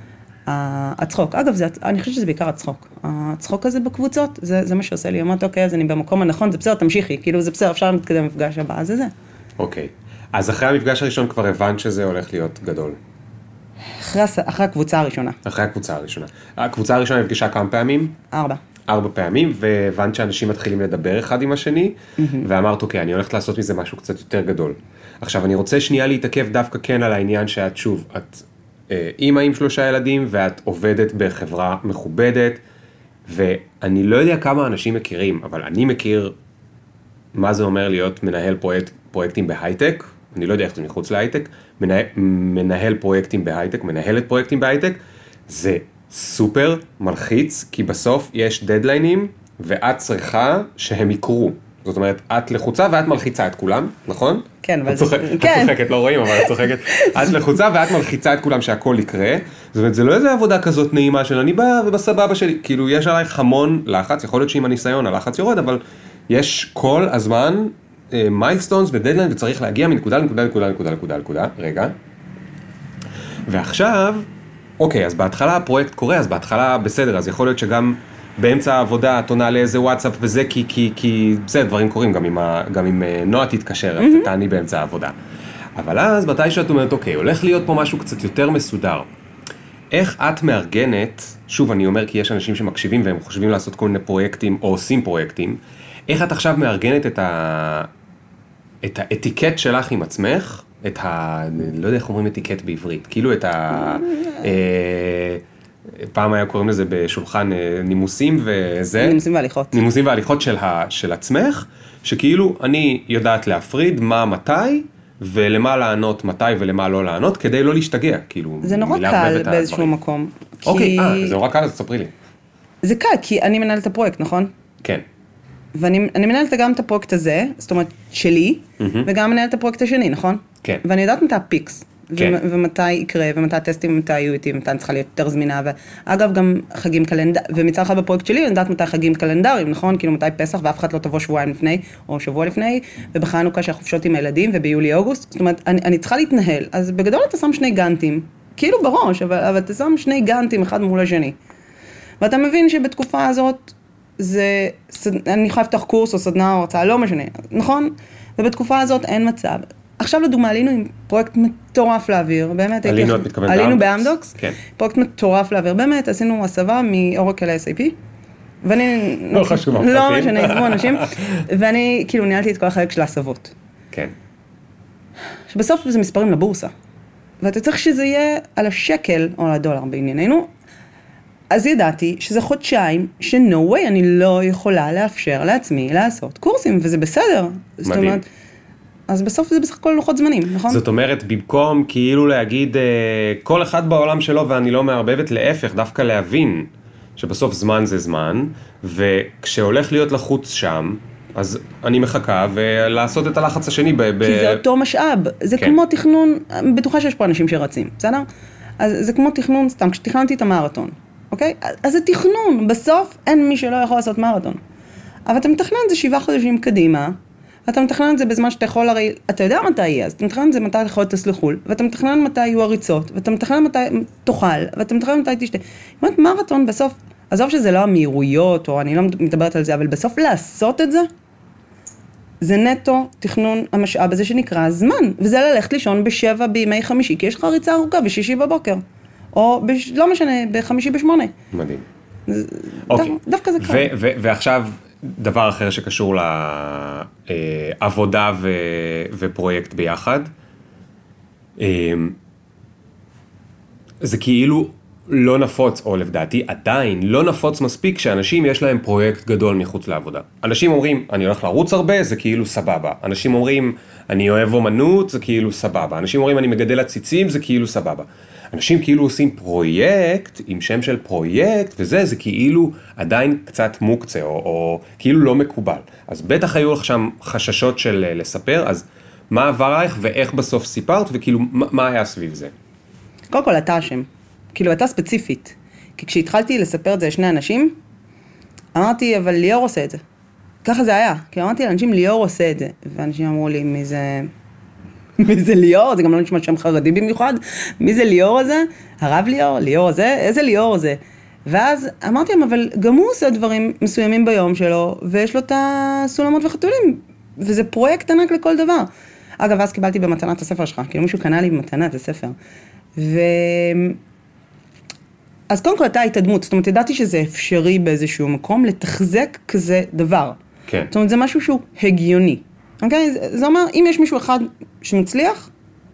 הצחוק. אגב, זה, אני חושבת שזה בעיקר הצחוק. הצחוק הזה בקבוצות, זה, זה מה שעושה לי. אמרת, אוקיי, אז אני במקום הנכון, זה בסדר, תמשיכי. כאילו, זה בסדר, אפשר להתקדם למפגש הבא, זה זה. אוקיי. אז אחרי המפגש הראשון כבר הבנת שזה הולך להיות גדול. אחרי, אחרי הקבוצה הראשונה. אחרי הקבוצה הראשונה. הקבוצה הראשונה נפגשה כמה פעמים? ארבע. ארבע פעמים, והבנת שאנשים מתחילים לדבר אחד עם השני, mm-hmm. ואמרת, אוקיי, אני הולכת לעשות מזה משהו קצת יותר גדול. עכשיו, אני רוצה שנייה להתעכב דווקא כן על העניין שאת שוב, את אימא עם שלושה ילדים, ואת עובדת בחברה מכובדת, ואני לא יודע כמה אנשים מכירים, אבל אני מכיר מה זה אומר להיות מנהל פרויקט, פרויקטים בהייטק, אני לא יודע איך זה מחוץ להייטק, מנהל, מנהל פרויקטים בהייטק, מנהלת פרויקטים בהייטק, זה סופר מלחיץ, כי בסוף יש דדליינים, ואת צריכה שהם יקרו. זאת אומרת, את לחוצה ואת מלחיצה את כולם, נכון? כן, אבל... את צוחקת, לא רואים, אבל את צוחקת. את לחוצה ואת מלחיצה את כולם שהכל יקרה. זאת אומרת, זה לא איזו עבודה כזאת נעימה של אני באה ובסבבה שלי. כאילו, יש עלייך המון לחץ, יכול להיות שעם הניסיון הלחץ יורד, אבל יש כל הזמן מיילסטונס ודדליין, וצריך להגיע מנקודה לנקודה, לנקודה, לנקודה, לנקודה, לנקודה, רגע. ועכשיו, אוקיי, אז בהתחלה הפרויקט קורה, אז בהתחלה בסדר, אז יכול להיות שגם באמצע העבודה את עונה לאיזה וואטסאפ וזה, כי, כי, כי בסדר, דברים קורים, גם עם, ה, גם עם נועה תתקשר, mm-hmm. תעני באמצע העבודה. אבל אז, מתי שאת אומרת, אוקיי, הולך להיות פה משהו קצת יותר מסודר. איך את מארגנת, שוב אני אומר כי יש אנשים שמקשיבים והם חושבים לעשות כל מיני פרויקטים, או עושים פרויקטים, איך את עכשיו מארגנת את, ה, את האתיקט שלך עם עצמך, את ה... לא יודע איך אומרים אתיקט בעברית, כאילו את ה... אה, פעם היה קוראים לזה בשולחן נימוסים וזה. נימוסים והליכות. נימוסים והליכות של, ה, של עצמך, שכאילו אני יודעת להפריד מה מתי, ולמה לענות מתי ולמה לא לענות, כדי לא להשתגע, כאילו. זה נורא קל באיזשהו מקום. אוקיי, אה, זה נורא קל, אז תספרי לי. זה קל, כי אני מנהלת את הפרויקט, נכון? כן. ואני מנהלת גם את הפרויקט הזה, זאת אומרת, שלי, וגם מנהלת את הפרויקט השני, נכון? כן. ואני יודעת מתי הפיקס. כן. ו- ומתי יקרה, ומתי הטסטים, ומתי יהיו איתי, ומתי אני צריכה להיות יותר זמינה, ואגב גם חגים קלנדר, ומצד אחד בפרויקט שלי, אני יודעת מתי חגים קלנדריים, נכון? כאילו מתי פסח, ואף אחד לא תבוא שבועיים לפני, או שבוע לפני, ובחנוכה שהחופשות עם הילדים, וביולי-אוגוסט, זאת אומרת, אני, אני צריכה להתנהל, אז בגדול אתה שם שני גנטים, כאילו בראש, אבל, אבל אתה שם שני גנטים אחד מול השני. ואתה מבין שבתקופה הזאת, זה, אני יכולה לפתוח קורס או סדנה או הרצאה, לא משנה, נכון? ובתקופה הזאת אין מצב. עכשיו לדוגמה, עלינו עם פרויקט מטורף לאוויר, באמת. עלינו, את מתכוונת באמדוקס? עלינו באמדוקס, כן. פרויקט מטורף לאוויר, באמת, עשינו הסבה מאורקל ל-אס איי פי, ואני... לא חשוב, לא משנה, עזבו אנשים, ואני כאילו ניהלתי את כל החלק של ההסבות. כן. שבסוף זה מספרים לבורסה, ואתה צריך שזה יהיה על השקל, או על הדולר בענייננו, אז ידעתי שזה חודשיים, ש-no way אני לא יכולה לאפשר לעצמי לעשות קורסים, וזה בסדר. מדהים. אז בסוף זה בסך הכל לוחות זמנים, נכון? זאת אומרת, במקום כאילו להגיד, כל אחד בעולם שלו ואני לא מערבבת, להפך, דווקא להבין שבסוף זמן זה זמן, וכשהולך להיות לחוץ שם, אז אני מחכה ולעשות את הלחץ השני ב... כי זה אותו משאב, זה כן. כמו תכנון, בטוחה שיש פה אנשים שרצים, בסדר? אז זה כמו תכנון, סתם, כשתכננתי את המרתון, אוקיי? אז זה תכנון, בסוף אין מי שלא יכול לעשות מרתון. אבל אתה מתכנן את זה שבעה חודשים קדימה, ואתה מתכנן את זה בזמן שאתה יכול, הרי, אתה יודע מתי יהיה, אז אתה מתכנן את זה מתי אתה יכול לטוס לחול, ואתה מתכנן מתי יהיו הריצות, ואתה מתכנן מתי תאכל, ואתה מתכנן מתי תשתה. זאת אומרת, מרתון בסוף, עזוב שזה לא המהירויות, או אני לא מדברת על זה, אבל בסוף לעשות את זה, זה נטו תכנון המשאב הזה שנקרא זמן, וזה ללכת לישון בשבע בימי חמישי, כי יש לך ריצה ארוכה בשישי בבוקר, או בש... לא משנה, בחמישי בשמונה. מדהים. זה... אוקיי. דו... דווקא זה קרה. ו- ו- ועכשיו, דבר אחר שקשור לעבודה ו- ופרויקט ביחד, זה כאילו לא נפוץ, או לדעתי עדיין לא נפוץ מספיק שאנשים יש להם פרויקט גדול מחוץ לעבודה. אנשים אומרים, אני הולך לרוץ הרבה, זה כאילו סבבה. אנשים אומרים, אני אוהב אומנות, זה כאילו סבבה. אנשים אומרים, אני מגדל עציצים, זה כאילו סבבה. אנשים כאילו עושים פרויקט, עם שם של פרויקט, וזה, זה כאילו עדיין קצת מוקצה, או, או כאילו לא מקובל. אז בטח היו לך שם חששות של לספר, אז מה עבר עליך ואיך בסוף סיפרת, וכאילו, מה, מה היה סביב זה? קודם כל, אתה השם. כאילו, אתה ספציפית. כי כשהתחלתי לספר את זה לשני אנשים, אמרתי, אבל ליאור עושה את זה. ככה זה היה. כי אמרתי לאנשים, ליאור עושה את זה. ואנשים אמרו לי, מי זה... מי זה ליאור? זה גם לא נשמע שם חרדי במיוחד. מי זה ליאור הזה? הרב ליאור? ליאור הזה? איזה ליאור זה? ואז אמרתי להם, אבל גם הוא עושה דברים מסוימים ביום שלו, ויש לו את הסולמות וחתולים. וזה פרויקט ענק לכל דבר. אגב, אז קיבלתי במתנת הספר שלך. כאילו מישהו קנה לי במתנת הספר. ו... אז קודם כל אתה היית דמות, זאת אומרת, ידעתי שזה אפשרי באיזשהו מקום לתחזק כזה דבר. כן. זאת אומרת, זה משהו שהוא הגיוני. אוקיי? זה, זה אומר, אם יש מישהו אחד שמצליח,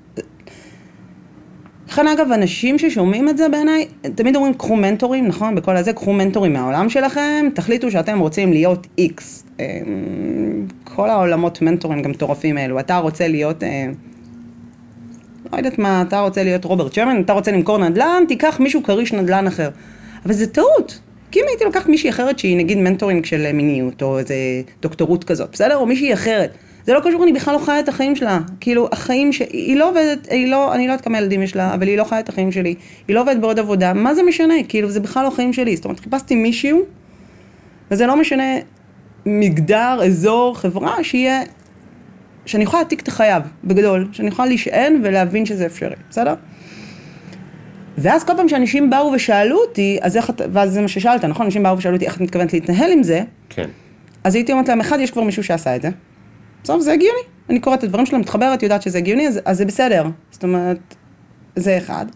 לכן אגב, אנשים ששומעים את זה בעיניי, תמיד אומרים, קחו מנטורים, נכון? בכל הזה, קחו מנטורים מהעולם שלכם, תחליטו שאתם רוצים להיות איקס. כל העולמות מנטורים גם טורפים האלו. אתה רוצה להיות... לא יודעת מה, אתה רוצה להיות רוברט שרמן, אתה רוצה למכור נדל"ן, תיקח מישהו קריש נדל"ן אחר. אבל זה טעות. כי אם הייתי לוקח מישהי אחרת שהיא נגיד מנטורינג של מיניות, או איזה דוקטורות כזאת, בסדר? או מישהי אחרת. זה לא קשור, אני בכלל לא חיה את החיים שלה. כאילו, החיים ש... היא לא עובדת, היא לא, אני לא יודעת כמה ילדים יש לה, אבל היא לא חיה את החיים שלי. היא לא עובדת בעוד עבודה. מה זה משנה? כאילו, זה בכלל לא חיים שלי. זאת אומרת, חיפשתי מישהו, וזה לא משנה מגדר, אזור, חברה, שיהיה... שאני יכולה להתיק את החייו, בגדול, שאני יכולה להישען ולהבין שזה אפשרי, בסדר? ואז כל פעם שאנשים באו ושאלו אותי, אז איך, ואז זה מה ששאלת, נכון? אנשים באו ושאלו אותי איך את מתכוונת להתנהל עם זה, כן. אז הייתי אומרת להם, אחד, יש כבר מישהו שעשה את זה, בסדר, זה הגיוני, אני קוראת את הדברים שלהם, מתחברת, יודעת שזה הגיוני, אז, אז זה בסדר, זאת אומרת, זה אחד.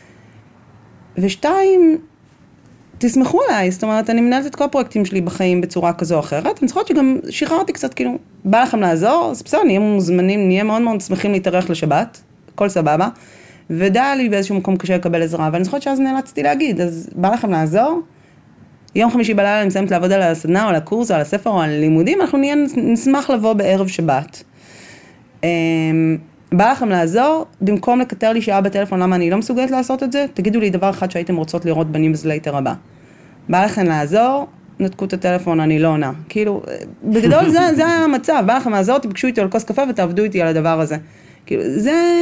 ושתיים, תסמכו עליי, זאת אומרת, אני מנהלת את כל הפרויקטים שלי בחיים בצורה כזו או אחרת, אני זוכרת שגם שחררתי קצת, כאילו, בא לכם לעזור, אז בסדר, נהיה מוזמנים, נהיה מאוד מאוד שמחים להתארח לשבת, הכל סבבה, ודע לי באיזשהו מקום קשה לקבל עזרה, ואני זוכרת שאז נאלצתי להגיד, אז בא לכם לעזור, יום חמישי בלילה אני מסיימת לעבוד על הסדנה, או על הקורס, או על הספר, או על לימודים, אנחנו נהיה, נשמח לבוא בערב שבת. בא לכם לעזור, במקום לקטר לי שעה בטלפון, למה אני לא מסוגלת לעשות את זה, תגידו לי דבר אחד שהייתם רוצות לראות בניוזלייטר הבא. בא לכם לעזור, נתקו את הטלפון, אני לא עונה. כאילו, בגדול זה, זה היה המצב, בא לכם לעזור, תפגשו איתי על כוס קפה ותעבדו איתי על הדבר הזה. כאילו, זה...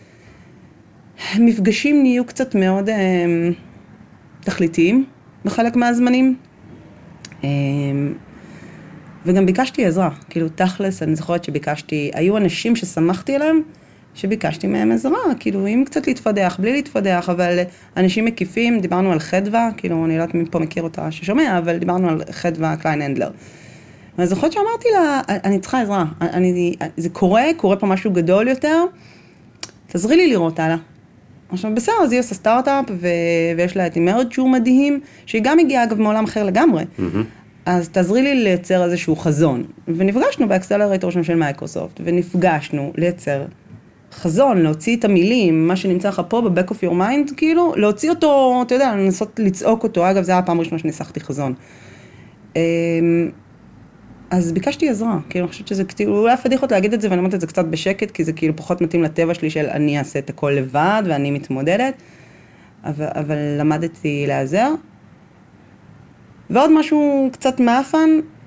מפגשים נהיו קצת מאוד אה, תכליתיים בחלק מהזמנים. אה, וגם ביקשתי עזרה, כאילו תכלס, אני זוכרת שביקשתי, היו אנשים ששמחתי עליהם, שביקשתי מהם עזרה, כאילו אם קצת להתפדח, בלי להתפדח, אבל אנשים מקיפים, דיברנו על חדווה, כאילו אני לא יודעת מי פה מכיר אותה ששומע, אבל דיברנו על חדווה קליין הנדלר. ואני זוכרת שאמרתי לה, אני צריכה עזרה, אני, זה קורה, קורה פה משהו גדול יותר, תעזרי לי לראות הלאה. עכשיו בסדר, אז היא עושה סטארט-אפ, ו... ויש לה את אימרד שהוא מדהים, שהיא גם הגיעה אגב מעולם אחר לגמרי. Mm-hmm. אז תעזרי לי לייצר איזשהו חזון. ונפגשנו באקסלרטור של מייקרוסופט, ונפגשנו לייצר חזון, להוציא את המילים, מה שנמצא לך פה ב-back of your mind, כאילו, להוציא אותו, אתה יודע, לנסות לצעוק אותו. אגב, זה היה הפעם ראשונה שניסחתי חזון. אז ביקשתי עזרה, כאילו, אני חושבת שזה כאילו, אולי פדיחות להגיד את זה, ואני אומרת את זה קצת בשקט, כי זה כאילו פחות מתאים לטבע שלי של אני אעשה את הכל לבד, ואני מתמודדת, אבל, אבל למדתי להיעזר. ועוד משהו קצת מאפן.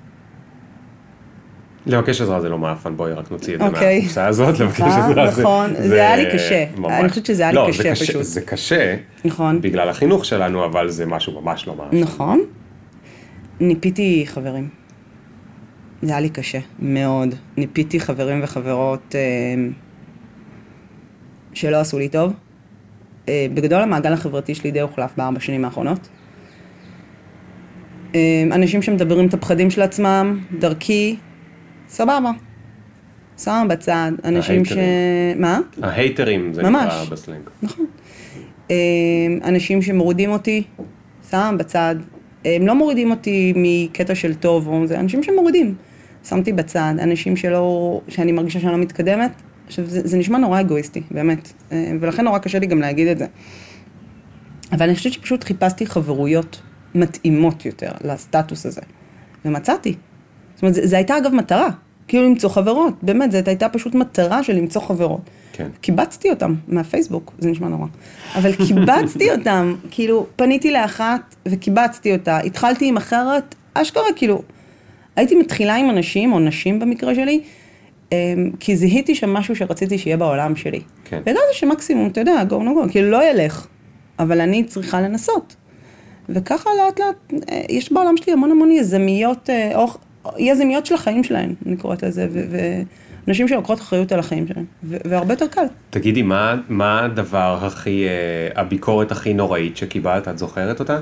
לבקש עזרה זה לא מאפן, בואי רק נוציא את זה אוקיי. מהקופסה הזאת, לבקש עזרה זה... נכון, זה היה לי קשה, אני חושבת שזה היה לי קשה פשוט. לא, זה קשה, נכון. בגלל החינוך שלנו, אבל זה משהו ממש לא מאפן. נכון. ניפיתי חברים. זה היה לי קשה, מאוד. ניפיתי חברים וחברות אה, שלא עשו לי טוב. אה, בגדול המעגל החברתי שלי די הוחלף בארבע שנים האחרונות. אה, אנשים שמדברים את הפחדים של עצמם, דרכי, סבבה. שמה בצד. אנשים ש... מה? ההייטרים זה ממש. נקרא בסלנג. נכון. אה, אנשים שמורידים אותי, שמה בצד. הם לא מורידים אותי מקטע של טוב, או זה אנשים שמורידים. שמתי בצד, אנשים שלא, שאני מרגישה שאני לא מתקדמת. עכשיו, זה, זה נשמע נורא אגואיסטי, באמת. ולכן נורא קשה לי גם להגיד את זה. אבל אני חושבת שפשוט חיפשתי חברויות מתאימות יותר לסטטוס הזה. ומצאתי. זאת אומרת, זה, זה הייתה אגב מטרה. כאילו למצוא חברות. באמת, זאת הייתה פשוט מטרה של למצוא חברות. כן. קיבצתי אותם מהפייסבוק, זה נשמע נורא. אבל קיבצתי אותם, כאילו, פניתי לאחת וקיבצתי אותה. התחלתי עם אחרת, אשכרה, כאילו, הייתי מתחילה עם אנשים, או נשים במקרה שלי, כי זיהיתי שם משהו שרציתי שיהיה בעולם שלי. כן. וידעתי שמקסימום, אתה יודע, go no go, כאילו לא ילך, אבל אני צריכה לנסות. וככה לאט לאט, יש בעולם שלי המון המון יזמיות, או יזמיות של החיים שלהן, אני קוראת לזה, ואנשים שלוקחות אחריות על החיים שלהן, והרבה יותר קל. תגידי, מה, מה הדבר הכי, הביקורת הכי נוראית שקיבלת, את זוכרת אותה?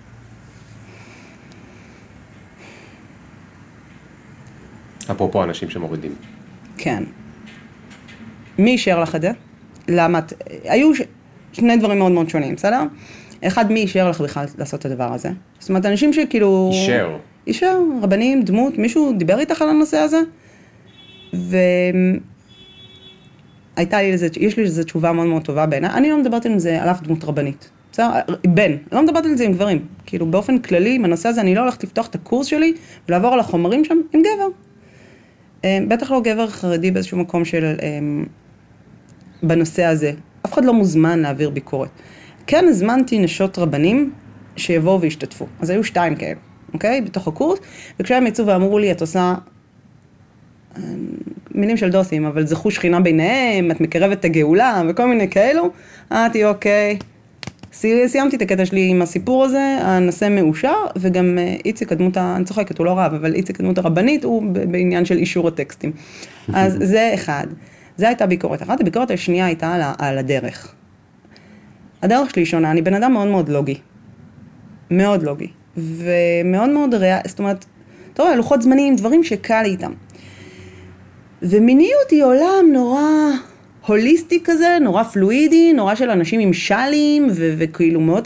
אפרופו אנשים שמורידים. כן. מי אישר לך את זה? למה? היו ש... שני דברים מאוד מאוד שונים, בסדר? אחד, מי אישר לך בכלל לעשות את הדבר הזה? זאת אומרת, אנשים שכאילו... אישר. אישר, רבנים, דמות, מישהו דיבר איתך על הנושא הזה? והייתה לי לזה, יש לי לזה תשובה מאוד מאוד טובה בעיניי. אני לא מדברת על זה על אף דמות רבנית. בסדר? בן, אני לא מדברת על זה עם גברים. כאילו, באופן כללי, עם הנושא הזה, אני לא הולכת לפתוח את הקורס שלי ולעבור על החומרים שם עם גבר. בטח לא גבר חרדי באיזשהו מקום של, בנושא הזה. אף אחד לא מוזמן להעביר ביקורת. כן, הזמנתי נשות רבנים שיבואו והשתתפו. אז היו שתיים כאלה, אוקיי? בתוך הקורס. וכשהם יצאו ואמרו לי, את עושה מילים של דוסים, אבל זכו שכינה ביניהם, את מקרבת את הגאולה וכל מיני כאלו. אמרתי, אוקיי. סיימתי את הקטע שלי עם הסיפור הזה, הנושא מאושר, וגם איציק הדמות, אני צוחקת, הוא לא רב, אבל איציק הדמות הרבנית הוא בעניין של אישור הטקסטים. אז זה אחד. זה הייתה ביקורת אחת, הביקורת השנייה הייתה על, על הדרך. הדרך שלי שונה, אני בן אדם מאוד מאוד לוגי. מאוד לוגי. ומאוד מאוד ריאה, זאת אומרת, אתה רואה, לוחות זמנים, דברים שקל לי איתם. ומיניות היא עולם נורא... הוליסטי כזה, נורא פלואידי, נורא של אנשים עם שלים, ו- וכאילו מאוד...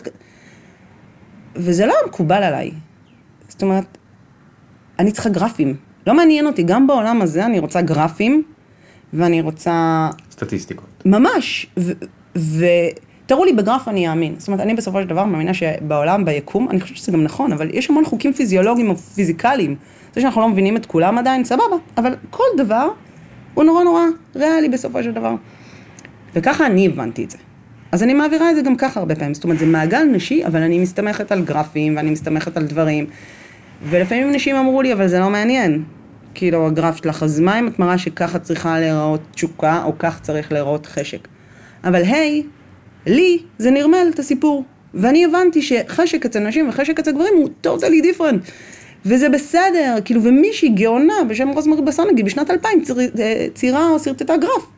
וזה לא מקובל עליי. זאת אומרת, אני צריכה גרפים. לא מעניין אותי, גם בעולם הזה אני רוצה גרפים, ואני רוצה... סטטיסטיקות. ממש. ותראו לי, בגרף אני אאמין. זאת אומרת, אני בסופו של דבר מאמינה שבעולם, ביקום, אני חושבת שזה גם נכון, אבל יש המון חוקים פיזיולוגיים או פיזיקליים. זה שאנחנו לא מבינים את כולם עדיין, סבבה. אבל כל דבר... הוא נורא נורא ריאלי בסופו של דבר. וככה אני הבנתי את זה. אז אני מעבירה את זה גם ככה הרבה פעמים. זאת אומרת, זה מעגל נשי, אבל אני מסתמכת על גרפים, ואני מסתמכת על דברים. ולפעמים נשים אמרו לי, אבל זה לא מעניין. כאילו, הגרף שלך, אז מה אם את מראה שככה צריכה להיראות תשוקה, או כך צריך להיראות חשק. אבל היי, לי זה נרמל את הסיפור. ואני הבנתי שחשק אצל נשים וחשק אצל גברים הוא totally different. וזה בסדר, כאילו, ומישהי גאונה בשם רוזמרי בסנגי בשנת אלפיים ציירה או סרטטה גרף.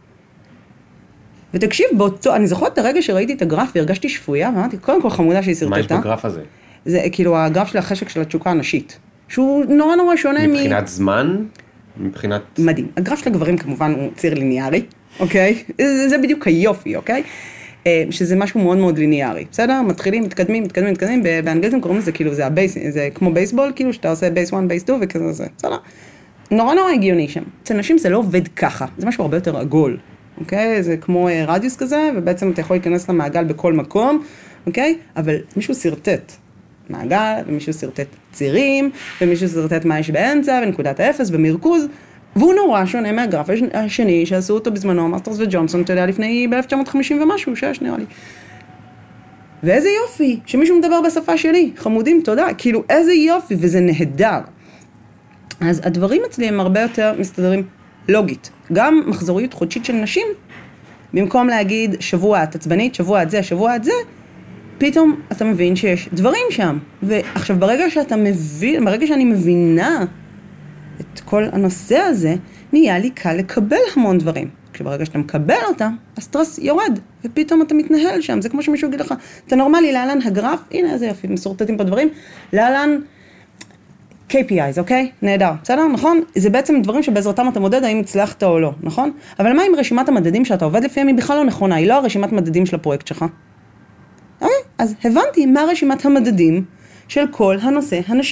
ותקשיב, באותו, אני זוכרת את הרגע שראיתי את הגרף והרגשתי שפויה, ואמרתי, קודם כל חמודה שהיא סרטטה. מה יש בגרף הזה? זה כאילו הגרף של החשק של התשוקה הנשית, שהוא נורא נורא שונה מ... מבחינת זמן? מבחינת... מדהים. הגרף של הגברים כמובן הוא ציר ליניארי, אוקיי? זה, זה בדיוק היופי, אוקיי? שזה משהו מאוד מאוד ליניארי, בסדר? מתחילים, מתקדמים, מתקדמים, מתקדמים, באנגלית הם קוראים לזה, כאילו, זה הבייס, זה כמו בייסבול, כאילו, שאתה עושה בייס אחת, בייס שתיים וכזה זה, בסדר? נורא נורא הגיוני שם. אצל נשים זה לא עובד ככה, זה משהו הרבה יותר עגול, אוקיי? זה כמו רדיוס כזה, ובעצם אתה יכול להיכנס למעגל בכל מקום, אוקיי? אבל מישהו סרטט, מעגל, ומישהו סרטט צירים, ומישהו סרטט מה יש באמצע, ונקודת האפס, במרכוז, והוא נורא שונה מהגרף השני, שעשו אותו בזמנו, מאסטרס וג'ונסון, אתה יודע, לפני ב-אלף תשע מאות חמישים ומשהו, שש נראה לי. ואיזה יופי, שמישהו מדבר בשפה שלי, חמודים, תודה, כאילו איזה יופי, וזה נהדר. אז הדברים אצלי הם הרבה יותר מסתדרים לוגית. גם מחזוריות חודשית של נשים, במקום להגיד שבוע את עצבנית, שבוע את זה, שבוע את זה, פתאום אתה מבין שיש דברים שם. ועכשיו ברגע שאתה מבין, ברגע שאני מבינה את כל הנושא הזה, נהיה לי קל לקבל המון דברים. כשברגע שאתה מקבל אותם, הסטרס יורד, ופתאום אתה מתנהל שם. זה כמו שמישהו יגיד לך, אתה נורמלי, להלן הגרף, הנה איזה יפי, מסורטטים פה דברים, להלן קיי פי איז, אוקיי? נהדר, בסדר? נכון? זה בעצם דברים שבעזרתם אתה מודד האם הצלחת או לא, נכון? אבל מה עם רשימת המדדים שאתה עובד לפיהם? היא בכלל לא נכונה, היא לא הרשימת מדדים של הפרויקט שלך. אוקיי? אז הבנתי מה רשימת המדדים של כל הנושא הנשי.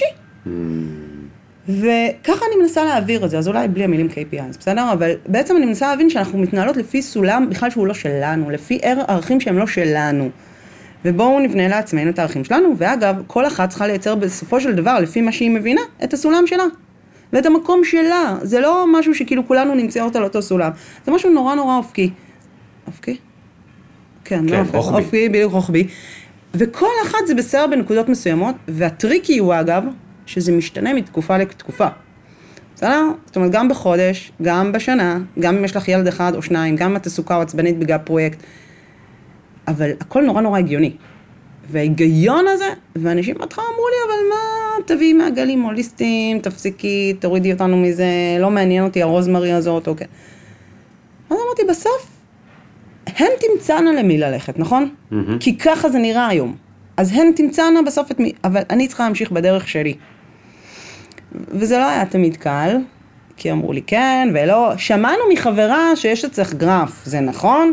וככה אני מנסה להעביר את זה, אז אולי בלי המילים קיי פי איז, בסדר? אבל בעצם אני מנסה להבין שאנחנו מתנהלות לפי סולם בכלל שהוא לא שלנו, לפי ערכים שהם לא שלנו. ובואו נבנה לעצמנו את הערכים שלנו, ואגב, כל אחת צריכה לייצר בסופו של דבר, לפי מה שהיא מבינה, את הסולם שלה. ואת המקום שלה. זה לא משהו שכאילו כולנו נמצא אותה לאותו סולם. זה משהו נורא נורא אופקי. אופקי? כן, כן, לא אופקי. רוחבי. אופקי, בדיוק רוחבי. וכל אחת זה בסדר בנקודות מסוימות, והטריקי הוא אגב, שזה משתנה מתקופה לתקופה. בסדר? זאת אומרת, גם בחודש, גם בשנה, גם אם יש לך ילד אחד או שניים, גם אם את עסוקה או עצבנית בגלל פרויקט, אבל הכל נורא נורא הגיוני. וההיגיון הזה, ואנשים בהתחלה אמרו לי, אבל מה, תביאי מעגלים הוליסטיים, תפסיקי, תורידי אותנו מזה, לא מעניין אותי הרוזמרי הזאת, אוקיי. אז אמרתי, בסוף, הן תמצאנה למי ללכת, נכון? Mm-hmm. כי ככה זה נראה היום. אז הן תמצאנה בסוף את מי, אבל אני צריכה להמשיך בדרך שלי. וזה לא היה תמיד קל, כי אמרו לי כן, ולא, שמענו מחברה שיש אצלך גרף, זה נכון?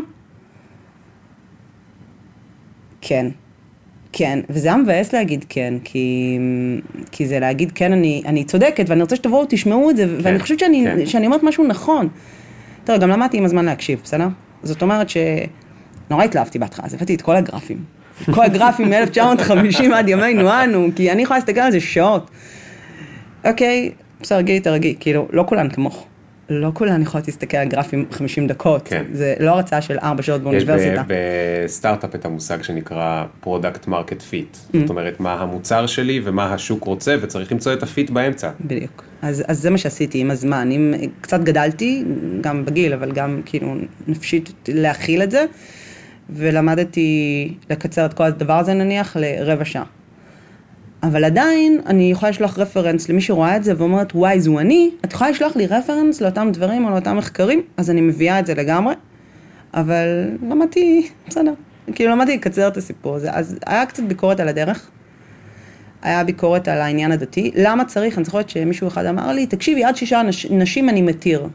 כן, כן, וזה היה מבאס להגיד כן, כי, כי זה להגיד כן, אני, אני צודקת, ואני רוצה שתבואו, תשמעו את זה, כן, ואני חושבת שאני, כן. שאני אומרת משהו נכון. תראה, גם למדתי עם הזמן להקשיב, בסדר? זאת אומרת שנורא התלהבתי בהתחלה, אז הבאתי את כל הגרפים. כל הגרפים מ-אלף תשע מאות חמישים עד ימינו אנו, כי אני יכולה להסתכל על זה שעות. אוקיי, בסדר, גילי תרגי, כאילו, לא כולן כמוך. לא כולן יכולות להסתכל על גרפים חמישים דקות. כן. זה לא הרצאה של ארבע שעות באוניברסיטה. יש בסטארט-אפ את המושג שנקרא Product Market Fit. זאת אומרת, מה המוצר שלי ומה השוק רוצה, וצריך למצוא את הפיט באמצע. בדיוק. אז, אז זה מה שעשיתי עם הזמן. אם קצת גדלתי, גם בגיל, אבל גם כאילו נפשית להכיל את זה, ולמדתי לקצר את כל הדבר הזה נניח לרבע שעה. אבל עדיין אני יכולה לשלוח רפרנס למי שרואה את זה ואומרת, וואי, זו אני, את יכולה לשלוח לי רפרנס לאותם דברים או לאותם מחקרים, אז אני מביאה את זה לגמרי, אבל למדתי, בסדר, כאילו למדתי לקצר את הסיפור הזה, אז היה קצת ביקורת על הדרך, היה ביקורת על העניין הדתי, למה צריך, אני זוכרת שמישהו אחד אמר לי, תקשיבי, עד שישה נש, נשים אני מתיר.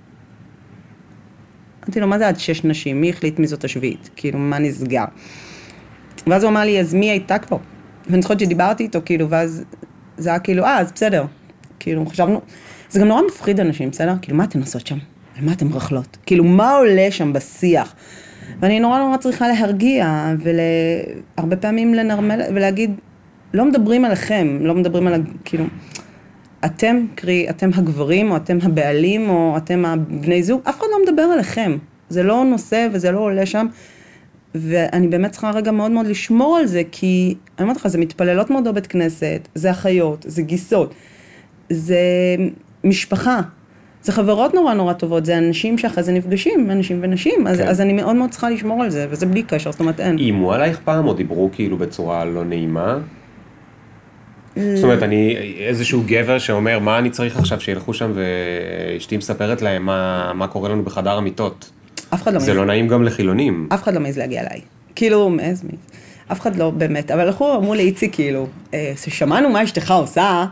אמרתי לו, מה זה עד שש נשים? מי החליט מי זאת השביעית? כאילו, מה נסגר? ואז הוא אמר לי, אז מי הייתה כבר? ואני זוכרת שדיברתי איתו, כאילו, ואז זה היה כאילו, אה, אז בסדר. כאילו, חשבנו, זה גם נורא מפחיד אנשים, בסדר? כאילו, מה אתן עושות שם? על מה אתן רכלות? כאילו, מה עולה שם בשיח? ואני נורא נורא צריכה להרגיע, והרבה פעמים לנרמל, ולהגיד, לא מדברים עליכם, לא מדברים על, כאילו, אתם, קרי, אתם הגברים, או אתם הבעלים, או אתם הבני זוג, אף אחד לא מדבר עליכם. זה לא נושא וזה לא עולה שם. ואני באמת צריכה רגע מאוד מאוד לשמור על זה, כי אני אומרת לך, זה מתפללות מאוד בבית כנסת, זה אחיות, זה גיסות, זה משפחה, זה חברות נורא נורא טובות, זה אנשים שאחרי זה נפגשים, אנשים ונשים, אז, כן. אז אני מאוד מאוד צריכה לשמור על זה, וזה בלי קשר, זאת אומרת אין. אימו עלייך פעם, או דיברו כאילו בצורה לא נעימה? זאת אומרת, אני איזשהו גבר שאומר, מה אני צריך עכשיו שילכו שם, ואשתי מספרת להם מה, מה קורה לנו בחדר המיטות. אף אחד לא זה לא נעים גם לחילונים. אף אחד לא מעז להגיע אליי. כאילו, מעז, מעז. אף אחד לא באמת. אבל אנחנו אמרו לאיצי, כאילו, ששמענו מה אשתך עושה,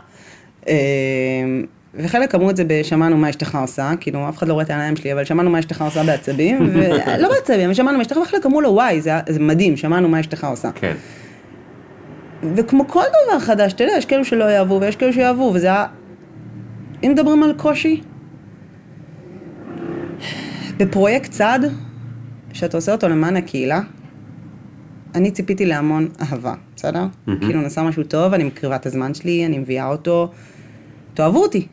וחלק אמרו את זה בשמענו מה אשתך עושה, כאילו, אף אחד לא רואה את העיניים שלי, אבל שמענו מה אשתך עושה בעצבים, ולא בעצבים, אבל שמענו מה אשתך, וחלק אמרו לו, וואי, זה מדהים, שמענו מה אשתך עושה. כן. וכמו כל דבר חדש, אתה יודע, יש כאלו שלא יאהבו, ויש כאלו שיאהבו, וזה היה... אם מדברים על קושי, בפרויקט צעד, שאתה עושה אותו למען הקהילה, אני ציפיתי להמון אהבה, בסדר? Mm-hmm. כאילו נעשה משהו טוב, אני מקריבה את הזמן שלי, אני מביאה אותו, תאהבו אותי.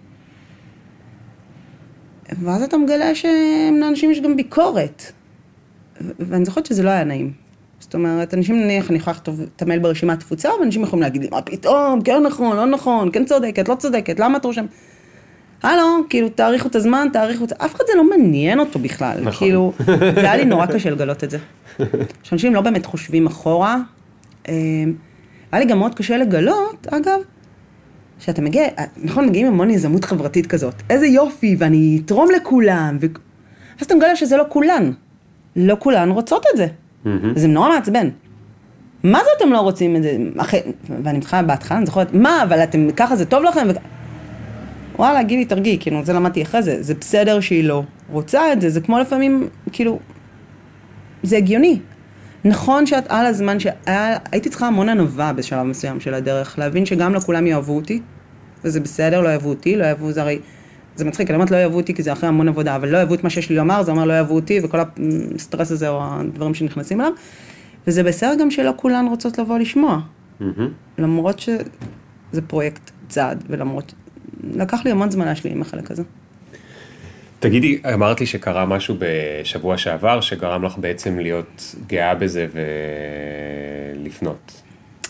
ואז אתה מגלה שלאנשים יש גם ביקורת. ואני זוכרת שזה לא היה נעים. זאת אומרת, אנשים נניח, אני יכולה לכתוב את המייל ברשימת תפוצה, ואנשים יכולים להגיד לי, מה פתאום, כן נכון, לא נכון, כן צודקת, לא צודקת, למה את רושם? הלו, כאילו, תאריכו את הזמן, תאריכו את... אף אחד זה לא מעניין אותו בכלל. נכון. כאילו, זה היה לי נורא קשה לגלות את זה. שאנשים לא באמת חושבים אחורה. היה לי גם מאוד קשה לגלות, אגב, שאתה מגיע, נכון, מגיעים המון יזמות חברתית כזאת. איזה יופי, ואני אתרום לכולם. ו... אז אתה מגלה שזה לא כולן. לא כולן רוצות את זה. זה נורא מעצבן. מה זה אתם לא רוצים את זה? אחרי... ואני מתחילה בהתחלה, אני זוכרת, מה, אבל אתם, ככה זה טוב לכם? ו... וואלה, גילי, תרגי, כאילו, זה למדתי אחרי זה. זה בסדר שהיא לא רוצה את זה. זה כמו לפעמים, כאילו, זה הגיוני. נכון שאת על הזמן שהייתי צריכה המון ענווה בשלב מסוים של הדרך, להבין שגם לכולם יאהבו אותי, וזה בסדר, לא יאהבו אותי, לא יאהבו, זה הרי, זה מצחיק, אני אומרת לא יאהבו אותי כי זה אחרי המון עבודה, אבל לא יאהבו את מה שיש לי לומר, זה אומר לא יאהבו אותי, וכל הסטרס הזה או הדברים שנכנסים אליו, וזה בסדר גם שלא כולן רוצות לבוא לשמוע, mm-hmm. למרות שזה פרויקט צעד, ולמרות, לקח לי המון זמן להשלים עם החלק הזה. תגידי, אמרת לי שקרה משהו בשבוע שעבר, שגרם לך בעצם להיות גאה בזה ולפנות.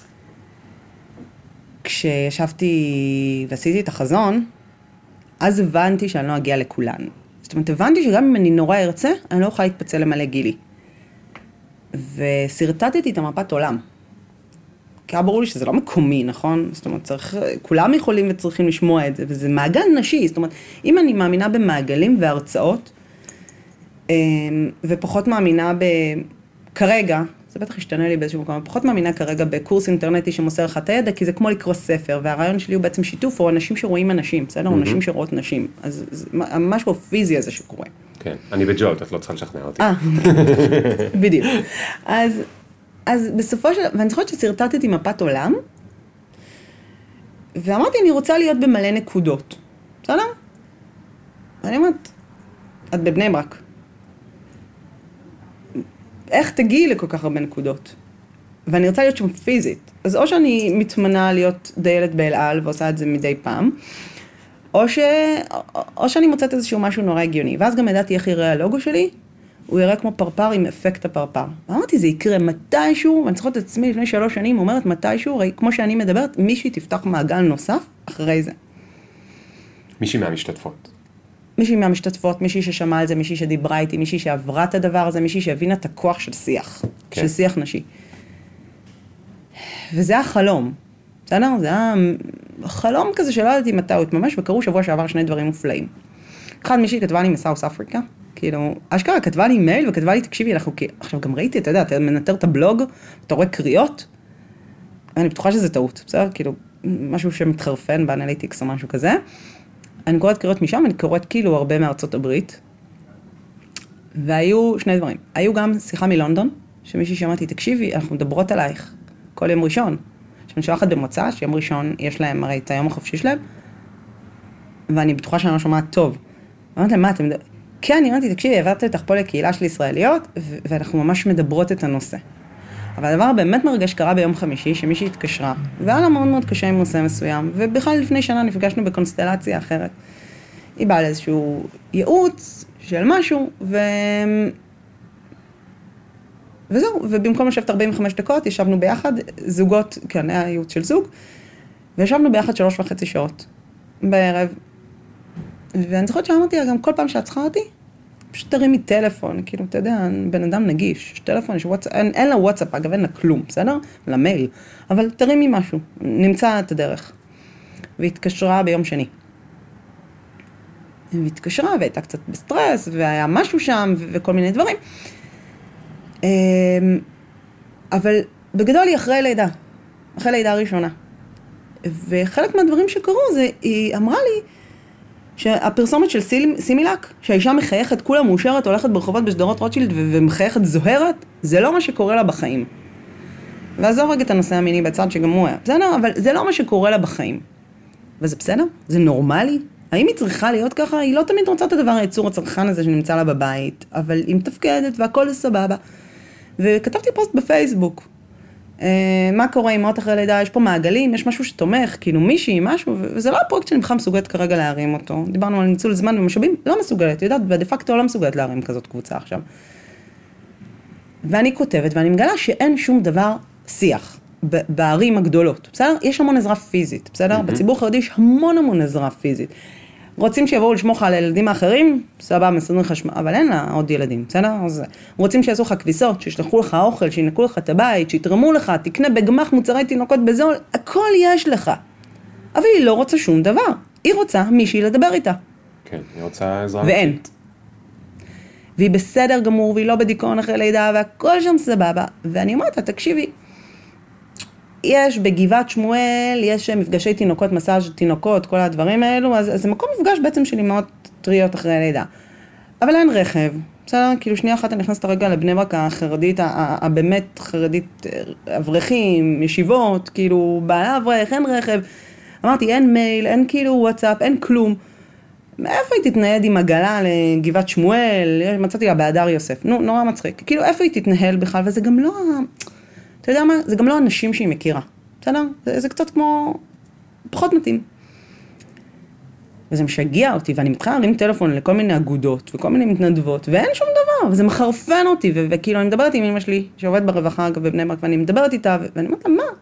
כשישבתי ועשיתי את החזון, אז הבנתי שאני לא אגיע לכולן. זאת אומרת, הבנתי שגם אם אני נורא ארצה, אני לא אוכל להתפצל למלא גילי. וסרטטתי את המפת עולם. כי היה ברור לי שזה לא מקומי, נכון? זאת אומרת, צריך, כולם יכולים וצריכים לשמוע את זה, וזה מעגל נשי. זאת אומרת, אם אני מאמינה במעגלים והרצאות, ופחות מאמינה ב... כרגע, זה בטח ישתנה לי באיזשהו מקום, פחות מאמינה כרגע בקורס אינטרנטי שמוסר לך את הידע, כי זה כמו לקרוא ספר, והרעיון שלי הוא בעצם שיתוף, או אנשים שרואים אנשים, בסדר? או אנשים שרואות נשים. אז זה משהו הפיזי הזה שקורה. כן, אני בג'ולט, את לא צריכה לשכנע אותי. אה, בדיוק. אז... אז בסופו של... ואני זוכרת שסרטטתי מפת עולם, ואמרתי, אני רוצה להיות במלא נקודות. בסדר? ואני אומרת, את בבני ברק. איך תגיעי לכל כך הרבה נקודות? ואני רוצה להיות שם פיזית. אז או שאני מתמנה להיות דיילת באלעל, ועושה את זה מדי פעם, או, ש... או שאני מוצאת איזשהו משהו נורא הגיוני. ואז גם ידעתי איך יראה הלוגו שלי, הוא יראה כמו פרפר עם אפקט הפרפר. ואמרתי, זה יקרה מתישהו, ואני צריכה את עצמי לפני שלוש שנים, אומרת מתישהו, ראי, כמו שאני מדברת, מישהי תפתח מעגל נוסף אחרי זה. מישהי מהמשתתפות. מישהי מהמשתתפות, מישהי ששמע על זה, מישהי שדיברה איתי, מישהי שעברה את הדבר הזה, מישהי שהבינה את הכוח של שיח, כן. של שיח נשי. וזה החלום. בסדר? זה היה חלום כזה שלא ידעתי מתי הוא התממש, וקראו שבוע שעבר שני דברים מופלאים. אחד, מישהי כתבה לי מסאוס אפריקה, כאילו, אשכרה כתבה לי מייל וכתבה לי, תקשיבי, אנחנו, עכשיו גם ראיתי, אתה יודע, אתה מנטר את הבלוג, אתה רואה קריאות, אני בטוחה שזה טעות, בסדר? כאילו, משהו שמתחרפן באנליטיקס או משהו כזה. אני קוראת קריאות משם, אני קוראת כאילו הרבה מארצות הברית, והיו שני דברים. היו גם שיחה מלונדון, שמישהי שמעתי, תקשיבי, אנחנו מדברות עלייך כל יום ראשון. שאני שולחת במוצא, שיום ראשון יש להם הרי את היום החופשי שלהם, ואני בטוחה שאני לא שומעת טוב. ואמרתי להם, מה אתם מדברים? כן, אני אמרתי, תקשיבי, העברתי אותך פה לקהילה של ישראליות, ואנחנו ממש מדברות את הנושא. אבל הדבר באמת מרגש קרה ביום חמישי, שמישהי התקשרה, והיה לה מאוד מאוד קשה עם נושא מסוים, ובכלל לפני שנה נפגשנו בקונסטלציה אחרת. היא באה לאיזשהו ייעוץ של משהו, ו... וזהו, ובמקום לשבת ארבעים וחמש דקות, ישבנו ביחד, זוגות, כן, היה ייעוץ של זוג, וישבנו ביחד שלוש וחצי שעות בערב, ואני זוכרת שאמרתי לה, גם כל פעם שאת צריכה אותי, פשוט תרימי טלפון, כאילו, אתה יודע, בן אדם נגיש, יש טלפון, יש וואטסאפ, אין, אין לה וואטסאפ, אגב, אין לה כלום, בסדר? למייל, אבל תרימי משהו, נמצא את הדרך. והתקשרה ביום שני. והתקשרה, והייתה קצת בסטרס, והיה משהו שם, ו- וכל מיני דברים. אבל בגדול היא אחרי לידה, אחרי לידה הראשונה. וחלק מהדברים שקרו זה, היא אמרה לי, שהפרסומת של סימילק, שהאישה מחייכת, כולה מאושרת, הולכת ברחובות בשדרות רוטשילד ומחייכת זוהרת, זה לא מה שקורה לה בחיים. ועזוב רגע את הנושא המיני בצד שגם הוא היה. בסדר, אבל זה לא מה שקורה לה בחיים. וזה בסדר? זה נורמלי? האם היא צריכה להיות ככה? היא לא תמיד רוצה את הדבר היצור הצרכן הזה שנמצא לה בבית, אבל היא מתפקדת והכל סבבה. וכתבתי פוסט בפייסבוק, מה קורה עם מות אחרי לידה, יש פה מעגלים, יש משהו שתומך, כאילו מישהי, משהו, וזה לא הפרויקט שאני בכלל מסוגלת כרגע להרים אותו. דיברנו על ניצול זמן ומשאבים, לא מסוגלת, יודעת, ודה פקטו לא מסוגלת להרים כזאת קבוצה עכשיו. ואני כותבת, ואני מגלה שאין שום דבר שיח בערים הגדולות, בסדר? יש המון עזרה פיזית, בסדר? Mm-hmm. בציבור החרדי יש המון המון עזרה פיזית. רוצים שיבואו לשמוך על הילדים האחרים, סבבה, מסדרים חשמל, אבל אין לה עוד ילדים, בסדר? אז רוצים שיעשו לך כביסות, שישלחו לך אוכל, שינקו לך את הבית, שיתרמו לך, תקנה בגמח מוצרי תינוקות בזול, הכל יש לך. אבל היא לא רוצה שום דבר. היא רוצה מישהי לדבר איתה. כן, היא רוצה עזרה. ואין. והיא בסדר גמור, והיא לא בדיכאון אחרי לידה, והכל שם סבבה. ואני אומרת, תקשיבי, יש בגבעת שמואל, יש מפגשי תינוקות, מסאז' תינוקות, כל הדברים האלו, אז, אז זה מקום מפגש בעצם של אמהות טריות אחרי הלידה. אבל אין רכב, בסדר? כאילו שנייה אחת אני נכנסת הרגע לבני ברק החרדית, הבאמת חרדית, אברכים, ישיבות, כאילו בעלה אברך, אין רכב. אמרתי, אין מייל, אין כאילו וואטסאפ, אין כלום. מאיפה היא תתנהד עם עגלה לגבעת שמואל? מצאתי לה בהדר יוסף, נו, נורא מצחיק. כאילו איפה היא תתנהל בכלל, וזה גם לא... אתה יודע מה? זה גם לא אנשים שהיא מכירה, בסדר? זה, זה קצת כמו... פחות מתאים. וזה משגע אותי, ואני מתחילה להרים טלפון לכל מיני אגודות, וכל מיני מתנדבות, ואין שום דבר, וזה מחרפן אותי, ו- וכאילו אני מדברת עם אמא שלי, שעובדת ברווחה, אגב, בבני ברק, ואני מדברת איתה, ו- ואני אומרת לה, מה?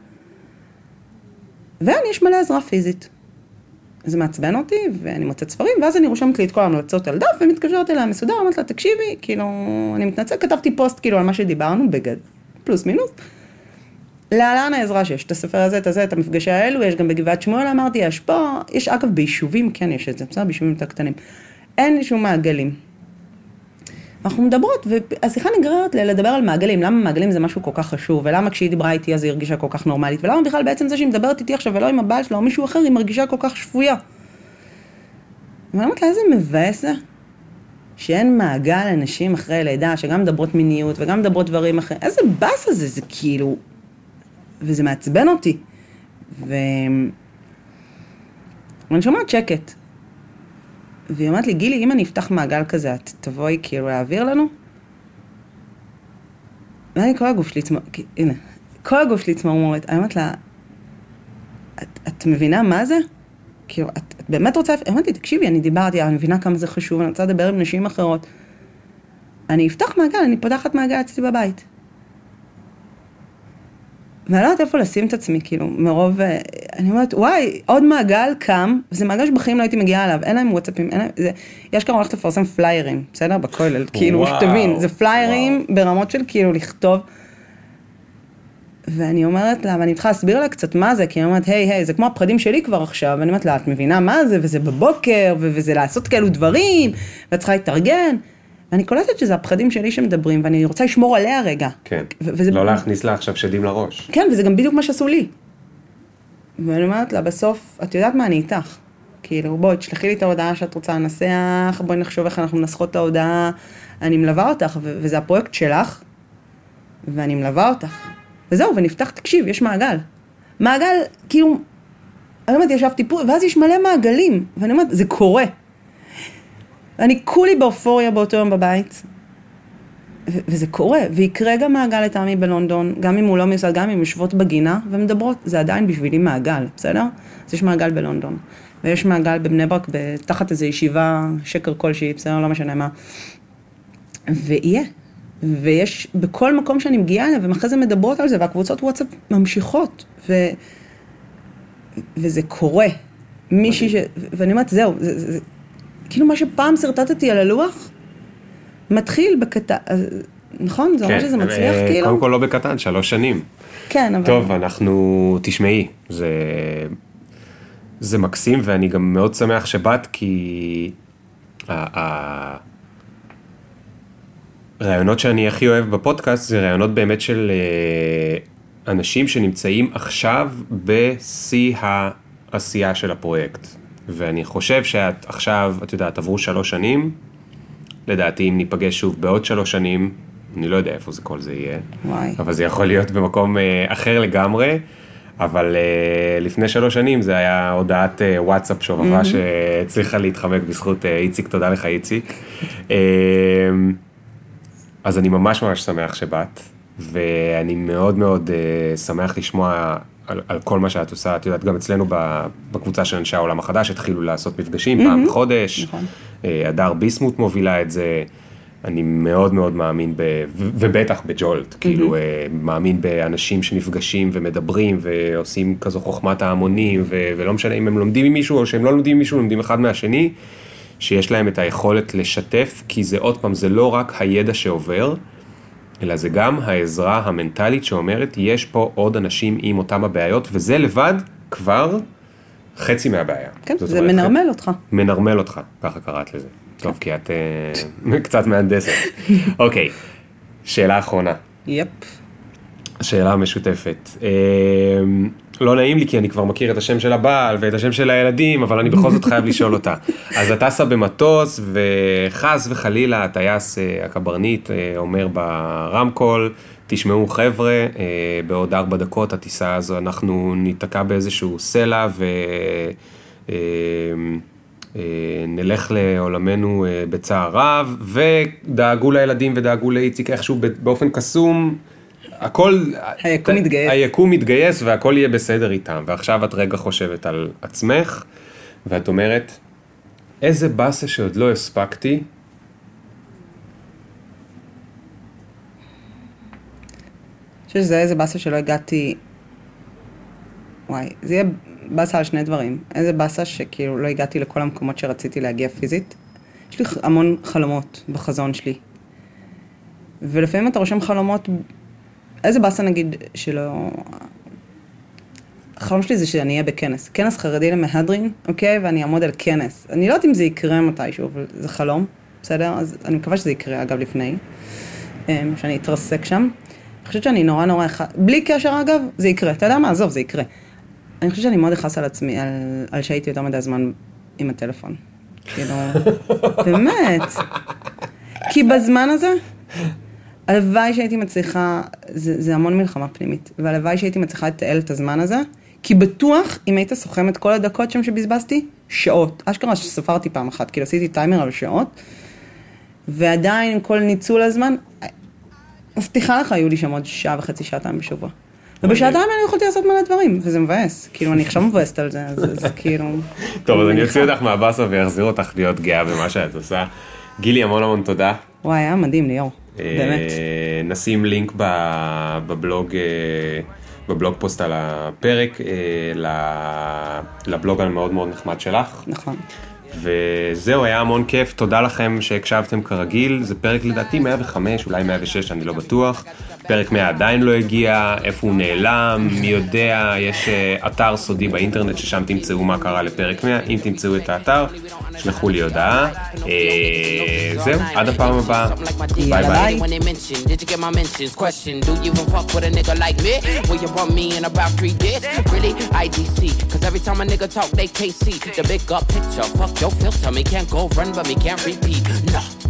ואני יש מלא עזרה פיזית. זה מעצבן אותי, ואני מוצאת ספרים, ואז אני רושמת לי את כל ההמלצות על דף, ומתקשרת אליה מסודר, אומרת לה, תקשיבי, כאילו, אני מתנצל, כתבתי פוסט כאילו על מה שדיברנו, בגד, פלוס מינוס. להלן העזרה שיש, את הספר הזה, את הזה, את המפגשי האלו, יש גם בגבעת שמואל, אמרתי, יש פה, יש אגב ביישובים, כן יש את זה, בסדר, ביישובים יותר קטנים. אין שום מעגלים. אנחנו מדברות, והשיחה נגררת לדבר על מעגלים, למה מעגלים זה משהו כל כך חשוב, ולמה כשהיא דיברה איתי אז היא הרגישה כל כך נורמלית, ולמה בכלל בעצם זה שהיא מדברת איתי עכשיו ולא עם הבעל שלה או מישהו אחר, היא מרגישה כל כך שפויה. ואני אומרת לה, איזה מבאס זה, שאין מעגל אנשים אחרי לידה, שגם מדברות מיניות וגם מדברות דברים אחרי, איזה באס הזה, זה כאילו, וזה מעצבן אותי. ו... ואני שומעת שקט. והיא אומרת לי, גילי, אם אני אפתח מעגל כזה, את תבואי כאילו להעביר לנו? ואני כל הגוף שלי צמרמורת, הנה, כל הגוף שלי צמרמורת. אני אומרת לה, את, את מבינה מה זה? כאילו, את, את באמת רוצה... אמרתי, תקשיבי, אני דיברתי, אני מבינה כמה זה חשוב, אני רוצה לדבר עם נשים אחרות. אני אפתח מעגל, אני פותחת מעגל אצלי בבית. ואני לא יודעת איפה לשים את עצמי, כאילו, מרוב, אני אומרת, וואי, עוד מעגל קם, וזה מעגל שבחיים לא הייתי מגיעה אליו, אין להם וואטסאפים, אין להם, זה, יש כאן הולכת לפרסם פליירים, בסדר? בכולל, כאילו, שתבין, זה פליירים וואו. ברמות של כאילו לכתוב, ואני אומרת לה, ואני מתחילה להסביר לה קצת מה זה, כי אני אומרת, היי, היי, זה כמו הפחדים שלי כבר עכשיו, ואני אומרת לה, את מבינה מה זה, וזה בבוקר, וזה לעשות כאלו דברים, ואת צריכה להתארגן, ואני קולטת שזה הפחדים שלי שמדברים, ואני רוצה לשמור עליה רגע. כן, וזה... לא להכניס לה עכשיו שדים לראש. כן, וזה גם בדיוק מה שעשו לי. ואני אומרת לה, בסוף, את יודעת מה, אני איתך. כאילו, בואי, תשלחי לי את ההודעה שאת רוצה לנסח, בואי נחשוב איך אנחנו מנסחות את ההודעה, אני מלווה אותך, ו- וזה הפרויקט שלך, ואני מלווה אותך. וזהו, ונפתח, תקשיב, יש מעגל. מעגל, כאילו, אני אומרת, ישבתי פה, ואז יש מלא מעגלים, ואני אומרת, זה קורה. אני כולי באופוריה באותו יום בבית, ו- וזה קורה, ויקרה גם מעגל לתמי בלונדון, גם אם הוא לא מיוסד, גם אם יושבות בגינה ומדברות, זה עדיין בשבילי מעגל, בסדר? אז יש מעגל בלונדון, ויש מעגל בבני ברק, תחת איזו ישיבה, שקר כלשהי, בסדר? לא משנה מה. ויהיה, ויש בכל מקום שאני מגיעה אליו, ואחרי זה מדברות על זה, והקבוצות וואטסאפ ממשיכות, ו... וזה קורה. מישהי ש... ואני אומרת, זהו, זה... זה... כאילו מה שפעם סרטטתי על הלוח, מתחיל בקטן, נכון? זה אומר שזה מצליח כאילו? קודם כל לא בקטן, שלוש שנים. כן, אבל... טוב, אנחנו, תשמעי, זה, זה מקסים, ואני גם מאוד שמח שבאת, כי הרעיונות שאני הכי אוהב בפודקאסט, זה רעיונות באמת של אנשים שנמצאים עכשיו בשיא העשייה של הפרויקט. ואני חושב שאת עכשיו, את יודעת, עברו שלוש שנים, לדעתי אם ניפגש שוב בעוד שלוש שנים, אני לא יודע איפה זה כל זה יהיה, וואי. אבל זה יכול להיות במקום אה, אחר לגמרי, אבל אה, לפני שלוש שנים זה היה הודעת אה, וואטסאפ שובבה mm-hmm. שהצליחה להתחמק בזכות אה, איציק, תודה לך איציק. אה, אז אני ממש ממש שמח שבאת, ואני מאוד מאוד uh, שמח לשמוע על, על כל מה שאת עושה. את יודעת, גם אצלנו בקבוצה של אנשי העולם החדש, התחילו לעשות מפגשים mm-hmm. פעם בחודש. נכון. הדר ביסמוט מובילה את זה. אני מאוד מאוד מאמין, ב, ו, ובטח בג'ולט, mm-hmm. כאילו מאמין באנשים שנפגשים ומדברים ועושים כזו חוכמת ההמונים, ו, ולא משנה אם הם לומדים ממישהו או שהם לא לומדים ממישהו, לומדים אחד מהשני, שיש להם את היכולת לשתף, כי זה עוד פעם, זה לא רק הידע שעובר, אלא זה גם העזרה המנטלית שאומרת, יש פה עוד אנשים עם אותם הבעיות, וזה לבד כבר חצי מהבעיה. כן, זה מנרמל אותך. מנרמל אותך, ככה קראת לזה. טוב, כי את קצת מהנדסת. אוקיי, שאלה אחרונה. יפ. שאלה משותפת. לא נעים לי, כי אני כבר מכיר את השם של הבעל ואת השם של הילדים, אבל אני בכל זאת חייב לשאול אותה. אז אתה טסה במטוס, וחס וחלילה, הטייס הקברניט אומר ברמקול, תשמעו חבר'ה, בעוד ארבע דקות הטיסה הזו, אנחנו ניתקע באיזשהו סלע, ונלך לעולמנו בצער רב, ודאגו לילדים ודאגו לאיציק איכשהו באופן קסום, הכל, היקום מתגייס. היקום מתגייס והכל יהיה בסדר איתם. ועכשיו את רגע חושבת על עצמך, ואת אומרת, איזה בסה שעוד לא הספקתי? אני חושב שזה איזה בסה שלא הגעתי, וואי, זה יהיה בסה על שני דברים. איזה בסה שכאילו לא הגעתי לכל המקומות שרציתי להגיע פיזית. יש לי המון חלומות בחזון שלי. ולפעמים אתה רושם חלומות, איזה בסה נגיד שלא... החלום שלי זה שאני אהיה בכנס. כנס חרדי למהדרין, אוקיי? ואני אעמוד על כנס. אני לא יודעת אם זה יקרה מתישהו, אבל זה חלום, בסדר? אז אני מקווה שזה יקרה, אגב, לפני. שאני אתרסק שם. אני חושבת שאני נורא נורא אחד... בלי קשר, אגב, זה יקרה. אתה יודע מה? עזוב, זה יקרה. אני חושבת שאני מאוד אכעס על עצמי, על, על שהייתי יותר מדי זמן עם הטלפון. כאילו... באמת. כי בזמן הזה... הלוואי שהייתי מצליחה, זה, זה המון מלחמה פנימית, והלוואי שהייתי מצליחה לתעל את הזמן הזה, כי בטוח, אם היית סוכם את כל הדקות שם שבזבזתי, שעות. אשכרה שספרתי פעם אחת, כאילו עשיתי טיימר על שעות, ועדיין עם כל ניצול הזמן, מבטיחה לך, היו לי שם עוד שעה וחצי, שעתיים בשבוע. ובשעתיים אני יכולתי לעשות מלא דברים, וזה מבאס. כאילו, אני עכשיו מבאסת על זה, אז זה כאילו... טוב, אז אני אוציא אותך מהבאסה ויחזיר אותך להיות גאה במה שאת עושה. גילי, המון המון תודה. וואי, היה מדהים, ליאור. באמת. נשים לינק בבלוג, בבלוג פוסט על הפרק, לבלוג המאוד מאוד נחמד שלך. נכון. וזהו, היה המון כיף, תודה לכם שהקשבתם כרגיל, זה פרק לדעתי מאה וחמש, אולי מאה ושש, אני לא בטוח, פרק מאה עדיין לא הגיע, איפה הוא נעלם, מי יודע, יש אתר סודי באינטרנט ששם תמצאו מה קרה לפרק מאה, אם תמצאו את האתר, שלחו לי הודעה, זהו, עד הפעם הבאה, ביי ביי. Your filter me can't go run, but me can't repeat. No.